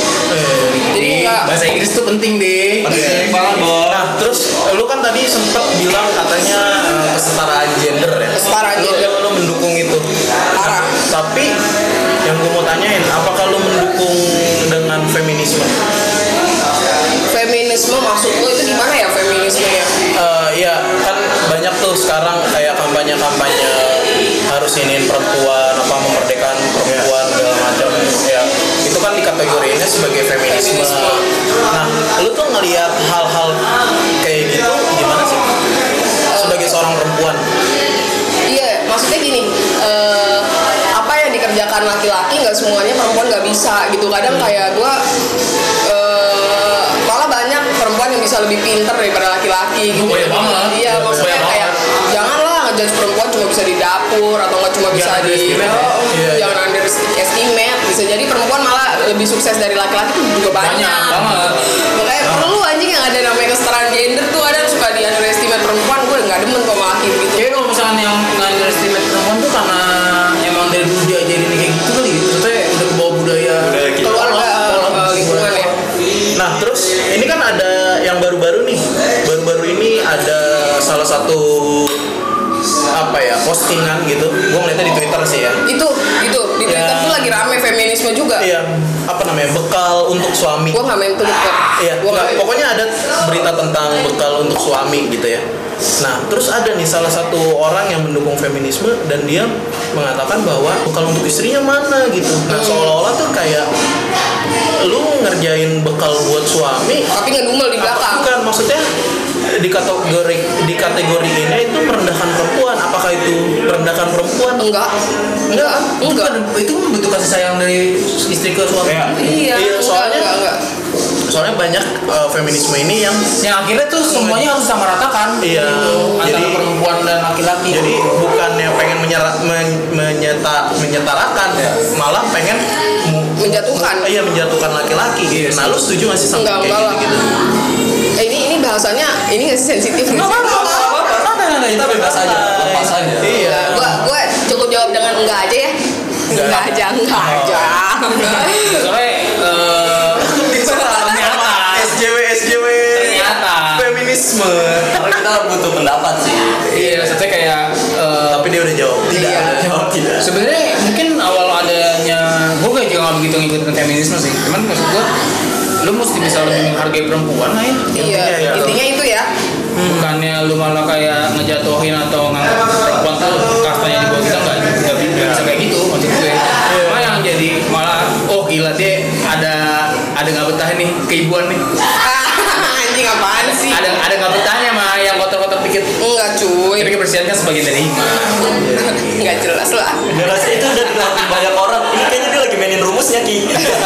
Jadi nggak Bahasa Inggris tuh penting deh. Penting banget bos. nah terus lu kan tadi sempet bilang katanya uh, kesetaraan gender ya. Kesetaraan Lu- gender. lu, lu mendukung itu. parah. Tapi yang gue mau tanyain, apakah lu mendukung dengan feminisme? Feminisme maksud lo itu gimana ya feminisme ya? Eh ya kan banyak tuh sekarang kayak kampanye-kampanye harus iniin perempuan, apa memerdekakan perempuan segala macam ya. Itu kan dikategoriinnya sebagai feminisme. Feminisme. Nah, lu tuh ngelihat hal-hal kayak gitu gimana sih? Sebagai seorang perempuan. Iya, maksudnya gini, eh, apa yang dikerjakan laki-laki nggak semuanya perempuan nggak bisa gitu. Kadang kayak gue, eh, malah banyak perempuan yang bisa lebih pinter daripada laki-laki gitu. Banyak banget. Iya, maksudnya Banyak kayak janganlah ngejudge perempuan cuma bisa di dapur atau nggak cuma bisa Jangan di, underestimate ya. oh, Iya, jangan underestimate. Bisa jadi perempuan malah lebih sukses dari laki-laki tuh juga banyak. Banyak banget. Makanya perlu anjing yang ada namanya kesetaraan gender tuh ada yang suka di underestimate perempuan. Gue nggak demen sama laki begitu. Jadi kalau misalkan yang underestimate perempuan tuh karena emang dari dulu diajarin kayak gitu kali gitu. Maksudnya udah kebawa budaya. Budaya kita. Keluarga, eh, lingkungan ya. Nah, terus ini kan ada yang baru-baru nih. Baru-baru ini ada salah satu apa ya postingan gitu. Gue ngeliatnya di Twitter sih ya. Itu itu di Ya. Twitter tuh lagi rame feminisme juga. Iya, apa namanya bekal untuk suami. Gue nggak main Twitter. Iya, Gua nggak, nggak- pokoknya ada berita tentang bekal untuk suami gitu ya. Nah, terus ada nih salah satu orang yang mendukung feminisme dan dia mengatakan bahwa bekal untuk istrinya mana gitu. Nah, Hmm. seolah-olah tuh kayak lu ngerjain bekal buat suami, Tapi ngedumel di belakang. bukan maksudnya di kategori di kategori ini itu merendahkan perempuan. Apakah itu merendahkan perempuan? Enggak. Enggak. Itu Enggak. kan itu bentuk kasih sayang dari istri ke suami. Iya. Iya. Iya, enggak, soalnya- enggak, enggak. soalnya banyak uh, feminisme ini yang yang akhirnya tuh semuanya harus sama ratakan iya, gitu, antara jadi perempuan dan laki-laki. Jadi bukannya pengen menyera, men, menyeta, menyetarakan, ya. malah pengen mu, menjatuhkan. Iya menjatuhkan laki-laki. Yes. Nah lu setuju nggak sih sama Enggak, kayak enggak gitu? Eh, ini ini bahasanya ini nggak sih sensitif? Nggak apa-apa, santai-santai, Kita bebas aja, lepas aja. Iya. Gua gua cukup jawab dengan enggak aja ya. Enggak, enggak aja, enggak aja. Soalnya eh, ternyata S J W S J W ternyata feminisme. Karena kita butuh pendapat sih. iya maksudnya kayak eh, Tapi dia udah jawab. Tidak. Iya. Udah jawab tidak. sebenarnya mungkin awal adanya gue kayak juga nggak begitu ngikutin feminisme sih, cuman maksud gue lu mesti bisa lebih menghargai perempuan lah ya. Iya, Intinya ya. intinya itu ya. Bukannya lu malah kayak ngejatuhin atau nganggap perempuan tuh kastanya di bawah kita, nggak nggak nggak bisa kayak gitu maksud gue. Cuma yang jadi malah oh gila dia ada ada nggak betah nih keibuan nih, Anjing apaan sih? ada ada nggak betahnya mah yang kotor-kotor dikit. Enggak cuy. Tapi kebersihan kan sebagian dari hikmah. Enggak jelas lah. Generasi itu udah dilatih banyak orang. Ini kayaknya dia lagi mainin rumusnya Ki.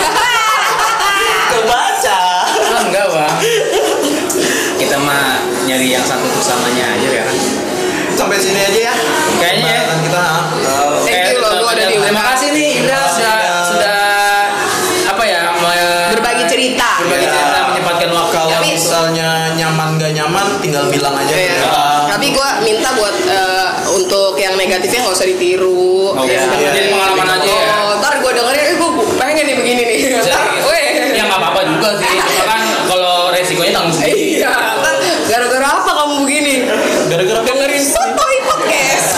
Kebaca. Ah, enggak bang, kita mah nyari yang satu tuh samanya aja ya kan. Sampai sini aja ya. Kayaknya ya. Pembahasan kita. ah. Thank you loh, lu ada di terima rumah. kasih nih Indra sudah sudah apa ya me- Berbagi cerita. berbagi Ya. cerita menyempatkan waktu. Kalau Tapi- misalnya nyaman gak nyaman, tinggal bilang aja. Iya. ke kita. Tapi gue minta buat eh, untuk yang negatifnya nggak usah ditiru. Oh, Yang iya. dengerin- Jadi pengalaman aja ya. Oh, ntar gue dengerin, eh gue pengen nih begini nih. Ntar, weh. Ya nggak apa-apa juga sih, cuma kan kalau resikonya tanggung sendiri. Iya, ntar gara-gara apa kamu begini? Gara-gara Dengerin Sotoy Podcast.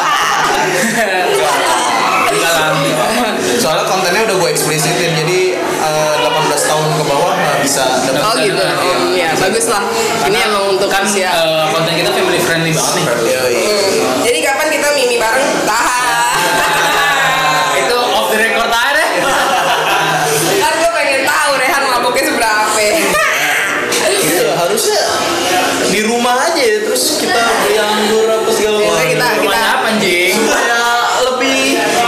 Enggak lah. Soalnya kontennya udah gue eksplisitin, jadi eh, delapan belas tahun ke bawah nggak bisa dapat. Oh gitu. Oh, ya bagus lah. Ini emang untuk kan usia. eh, konten kita family friendly banget nih. Yoi. Hmm. Jadi kapan kita mimi bareng? Tahan. Itu off the record aja deh. Kan gue pengen tahu Rehan mabuknya seberapa. Iya, harusnya di rumah aja ya, terus kita beli anggur apa segala Biasanya macam. kita- Rumahnya apa anjing? Supaya lebih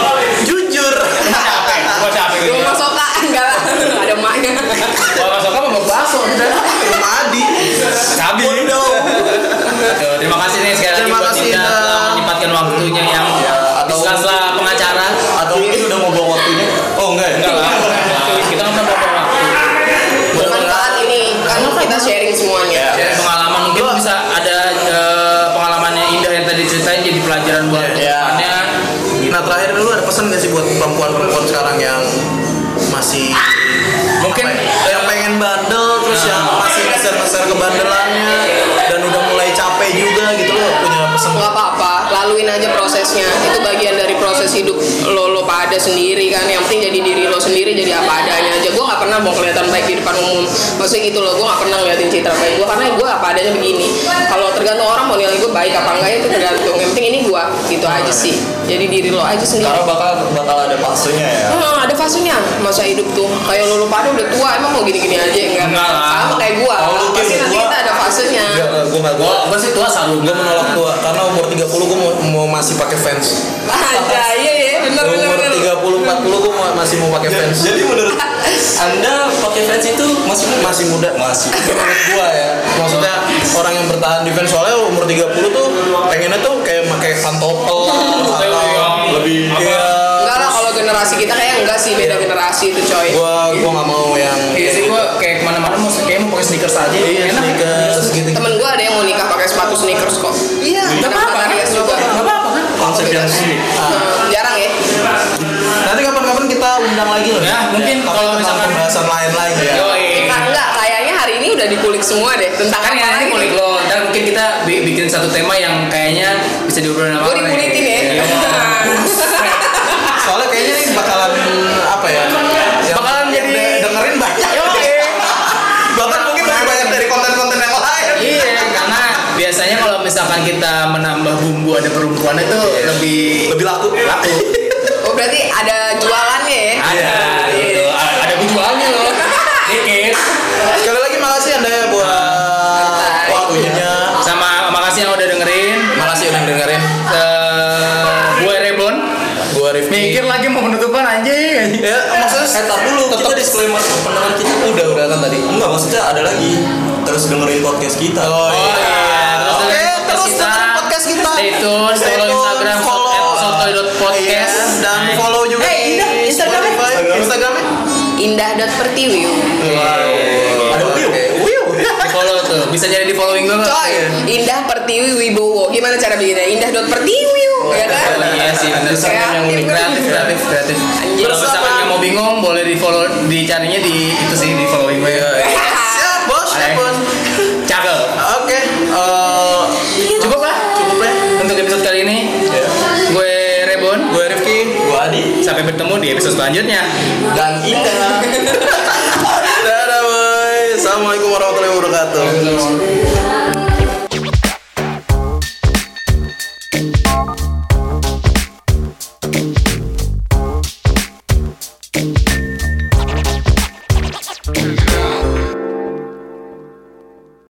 jujur. Capek, gua capek Gue gitu. mau soka enggak lah, ada emaknya. Kalau masuk kan mau bakso udah. Rumah Adi. Cabi. Bodoh. Tuh, terima kasih nih sekali lagi Terima buat kasih, Dinda Dinda. telah menyempatkan waktunya yang atau- di sela-sela pengacara. Atau mungkin udah mau buang waktunya. Oh enggak ya? Enggak lah. Kita nggak pernah bawa waktu. Bermanfaat ini kan kita sharing semuanya. Dari pengalaman mungkin bisa ada eh, pengalamannya Indah yang tadi ceritain jadi pelajaran buat Ya. kedepannya. Nah terakhir lu ada pesan gak sih buat perempuan-perempuan sekarang yang masih Mungkin apa ya, yang pengen bandel terus yang masih ngeser-ngeser kebandelannya dan udah mulai capek juga gitu, lo punya pesan? Nggak apa-apa, laluin aja prosesnya. Itu bagian dari proses hidup lo lo pada sendiri kan. Yang penting jadi diri lo sendiri, jadi apa adanya aja. Gue nggak pernah mau kelihatan baik di depan umum. Maksudnya gitu loh, gue nggak pernah ngeliatin citra baik gue karena gue apa adanya begini. Kalau tergantung orang mau nilai gue baik apa enggak itu tergantung. Yang penting ini gue gitu aja sih. Jadi diri lo aja sendiri. Karena bakal bakal ada fasenya ya. Hmm, ada fasenya masa hidup tuh. Kayak lo lo pada udah tua emang mau gini-gini aja enggak? Enggak lah. Sama kayak gue. Kalau lu Pasti kayak nanti gua- kita ada fasenya. Gue gak gue Gue sih tua selalu gue menolak tua karena umur tiga puluh gue mau, mau masih pakai fans. Aja iya ya bener bener Umur bener. tiga puluh empat puluh gue masih mau pakai fans. Jadi menurut Anda pakai fans itu masih muda? Masih muda. Masih. Menurut gua ya, maksudnya orang yang bertahan di fans soalnya umur tiga puluh tuh pengennya tuh kayak pakai pantopel atau lebih Apa? ya. Enggak lah kalau generasi kita kayak enggak sih beda generasi itu coy. Gua gua nggak mau yang Iya sih, gue kayak kemana-mana mau kayak mau pakai sneakers aja. iya Enak. sneakers gitu. Temen gue ada yang mau nikah pakai sepatu sneakers kok. Iya, nggak apa-apa kan? Rias juga. Nggak apa-apa kan? Konsep yang sini. Hmm, jarang ya. Nanti kapan-kapan kita undang lagi loh. Ya, mungkin Tapi kalau tentang misalkan- pembahasan lain lagi ya. Yoi. Nah, enggak, kayaknya hari ini udah dikulik semua deh tentang Kan apa ya, ini lagi. kulik lo. Dan mungkin kita bi- bikin satu tema yang kayaknya bisa diobrolin sama Gue orang. dikulitin ya. Iya. Soalnya kayaknya ini bakalan apa ya? yang- Bakalan yang jadi- de- dengerin banyak. Yoi. Bahkan mungkin lebih banyak dari konten-konten yang lain. Iya, karena biasanya kalau misalkan kita menambah bumbu ada perempuan itu lebih Lebih laku. laku. Oh berarti ada jualannya ya? Ada gitu. A- Ada penjualnya loh. Dikit. Sekali lagi makasih Anda ya buat Santai. waktunya. Sama makasih yang udah dengerin. Makasih udah dengerin. Eh, gue Rebon. Gua Rifki. Mikir lagi mau penutupan anjing. Ya, maksudnya Eh, tar dulu. kita disclaimer pendengar kita Udah, udah kan tadi. enggak, maksudnya ada lagi terus dengerin podcast kita. Oh, iya. terus Oke, dengerin terus podcast kita. dengerin podcast kita. Stay tune, Stay follow tune, Instagram follow sotoy dot podcast. Iya, dan follow juga Eh, di Indah, Instagramnya? Spotify. Instagramnya. Indah.pertiwi. Ada Wiu. Wiu. Di follow tuh, bisa jadi di following gue nggak? Coy, Indah Pertiwi Wibowo. Gimana cara bikinnya? Indah.pertiwi. Ya kan? Oh, iya sih, bener sih. Yang unik, kreatif, kreatif, kreatif. Anjir. Kalau misalkan nggak mau bingung, boleh di follow, dicarinya di itu sih, di following gue. Siap, Bos. Siap, Bos. Cakep. Oke, eh Cukup lah, cukup lah untuk episode kali ini. Gue Rebon, gue Rifki. Gua Adi sampai bertemu di episode selanjutnya. dan Indah. Dadah, boy. Assalamualaikum warahmatullahi wabarakatuh.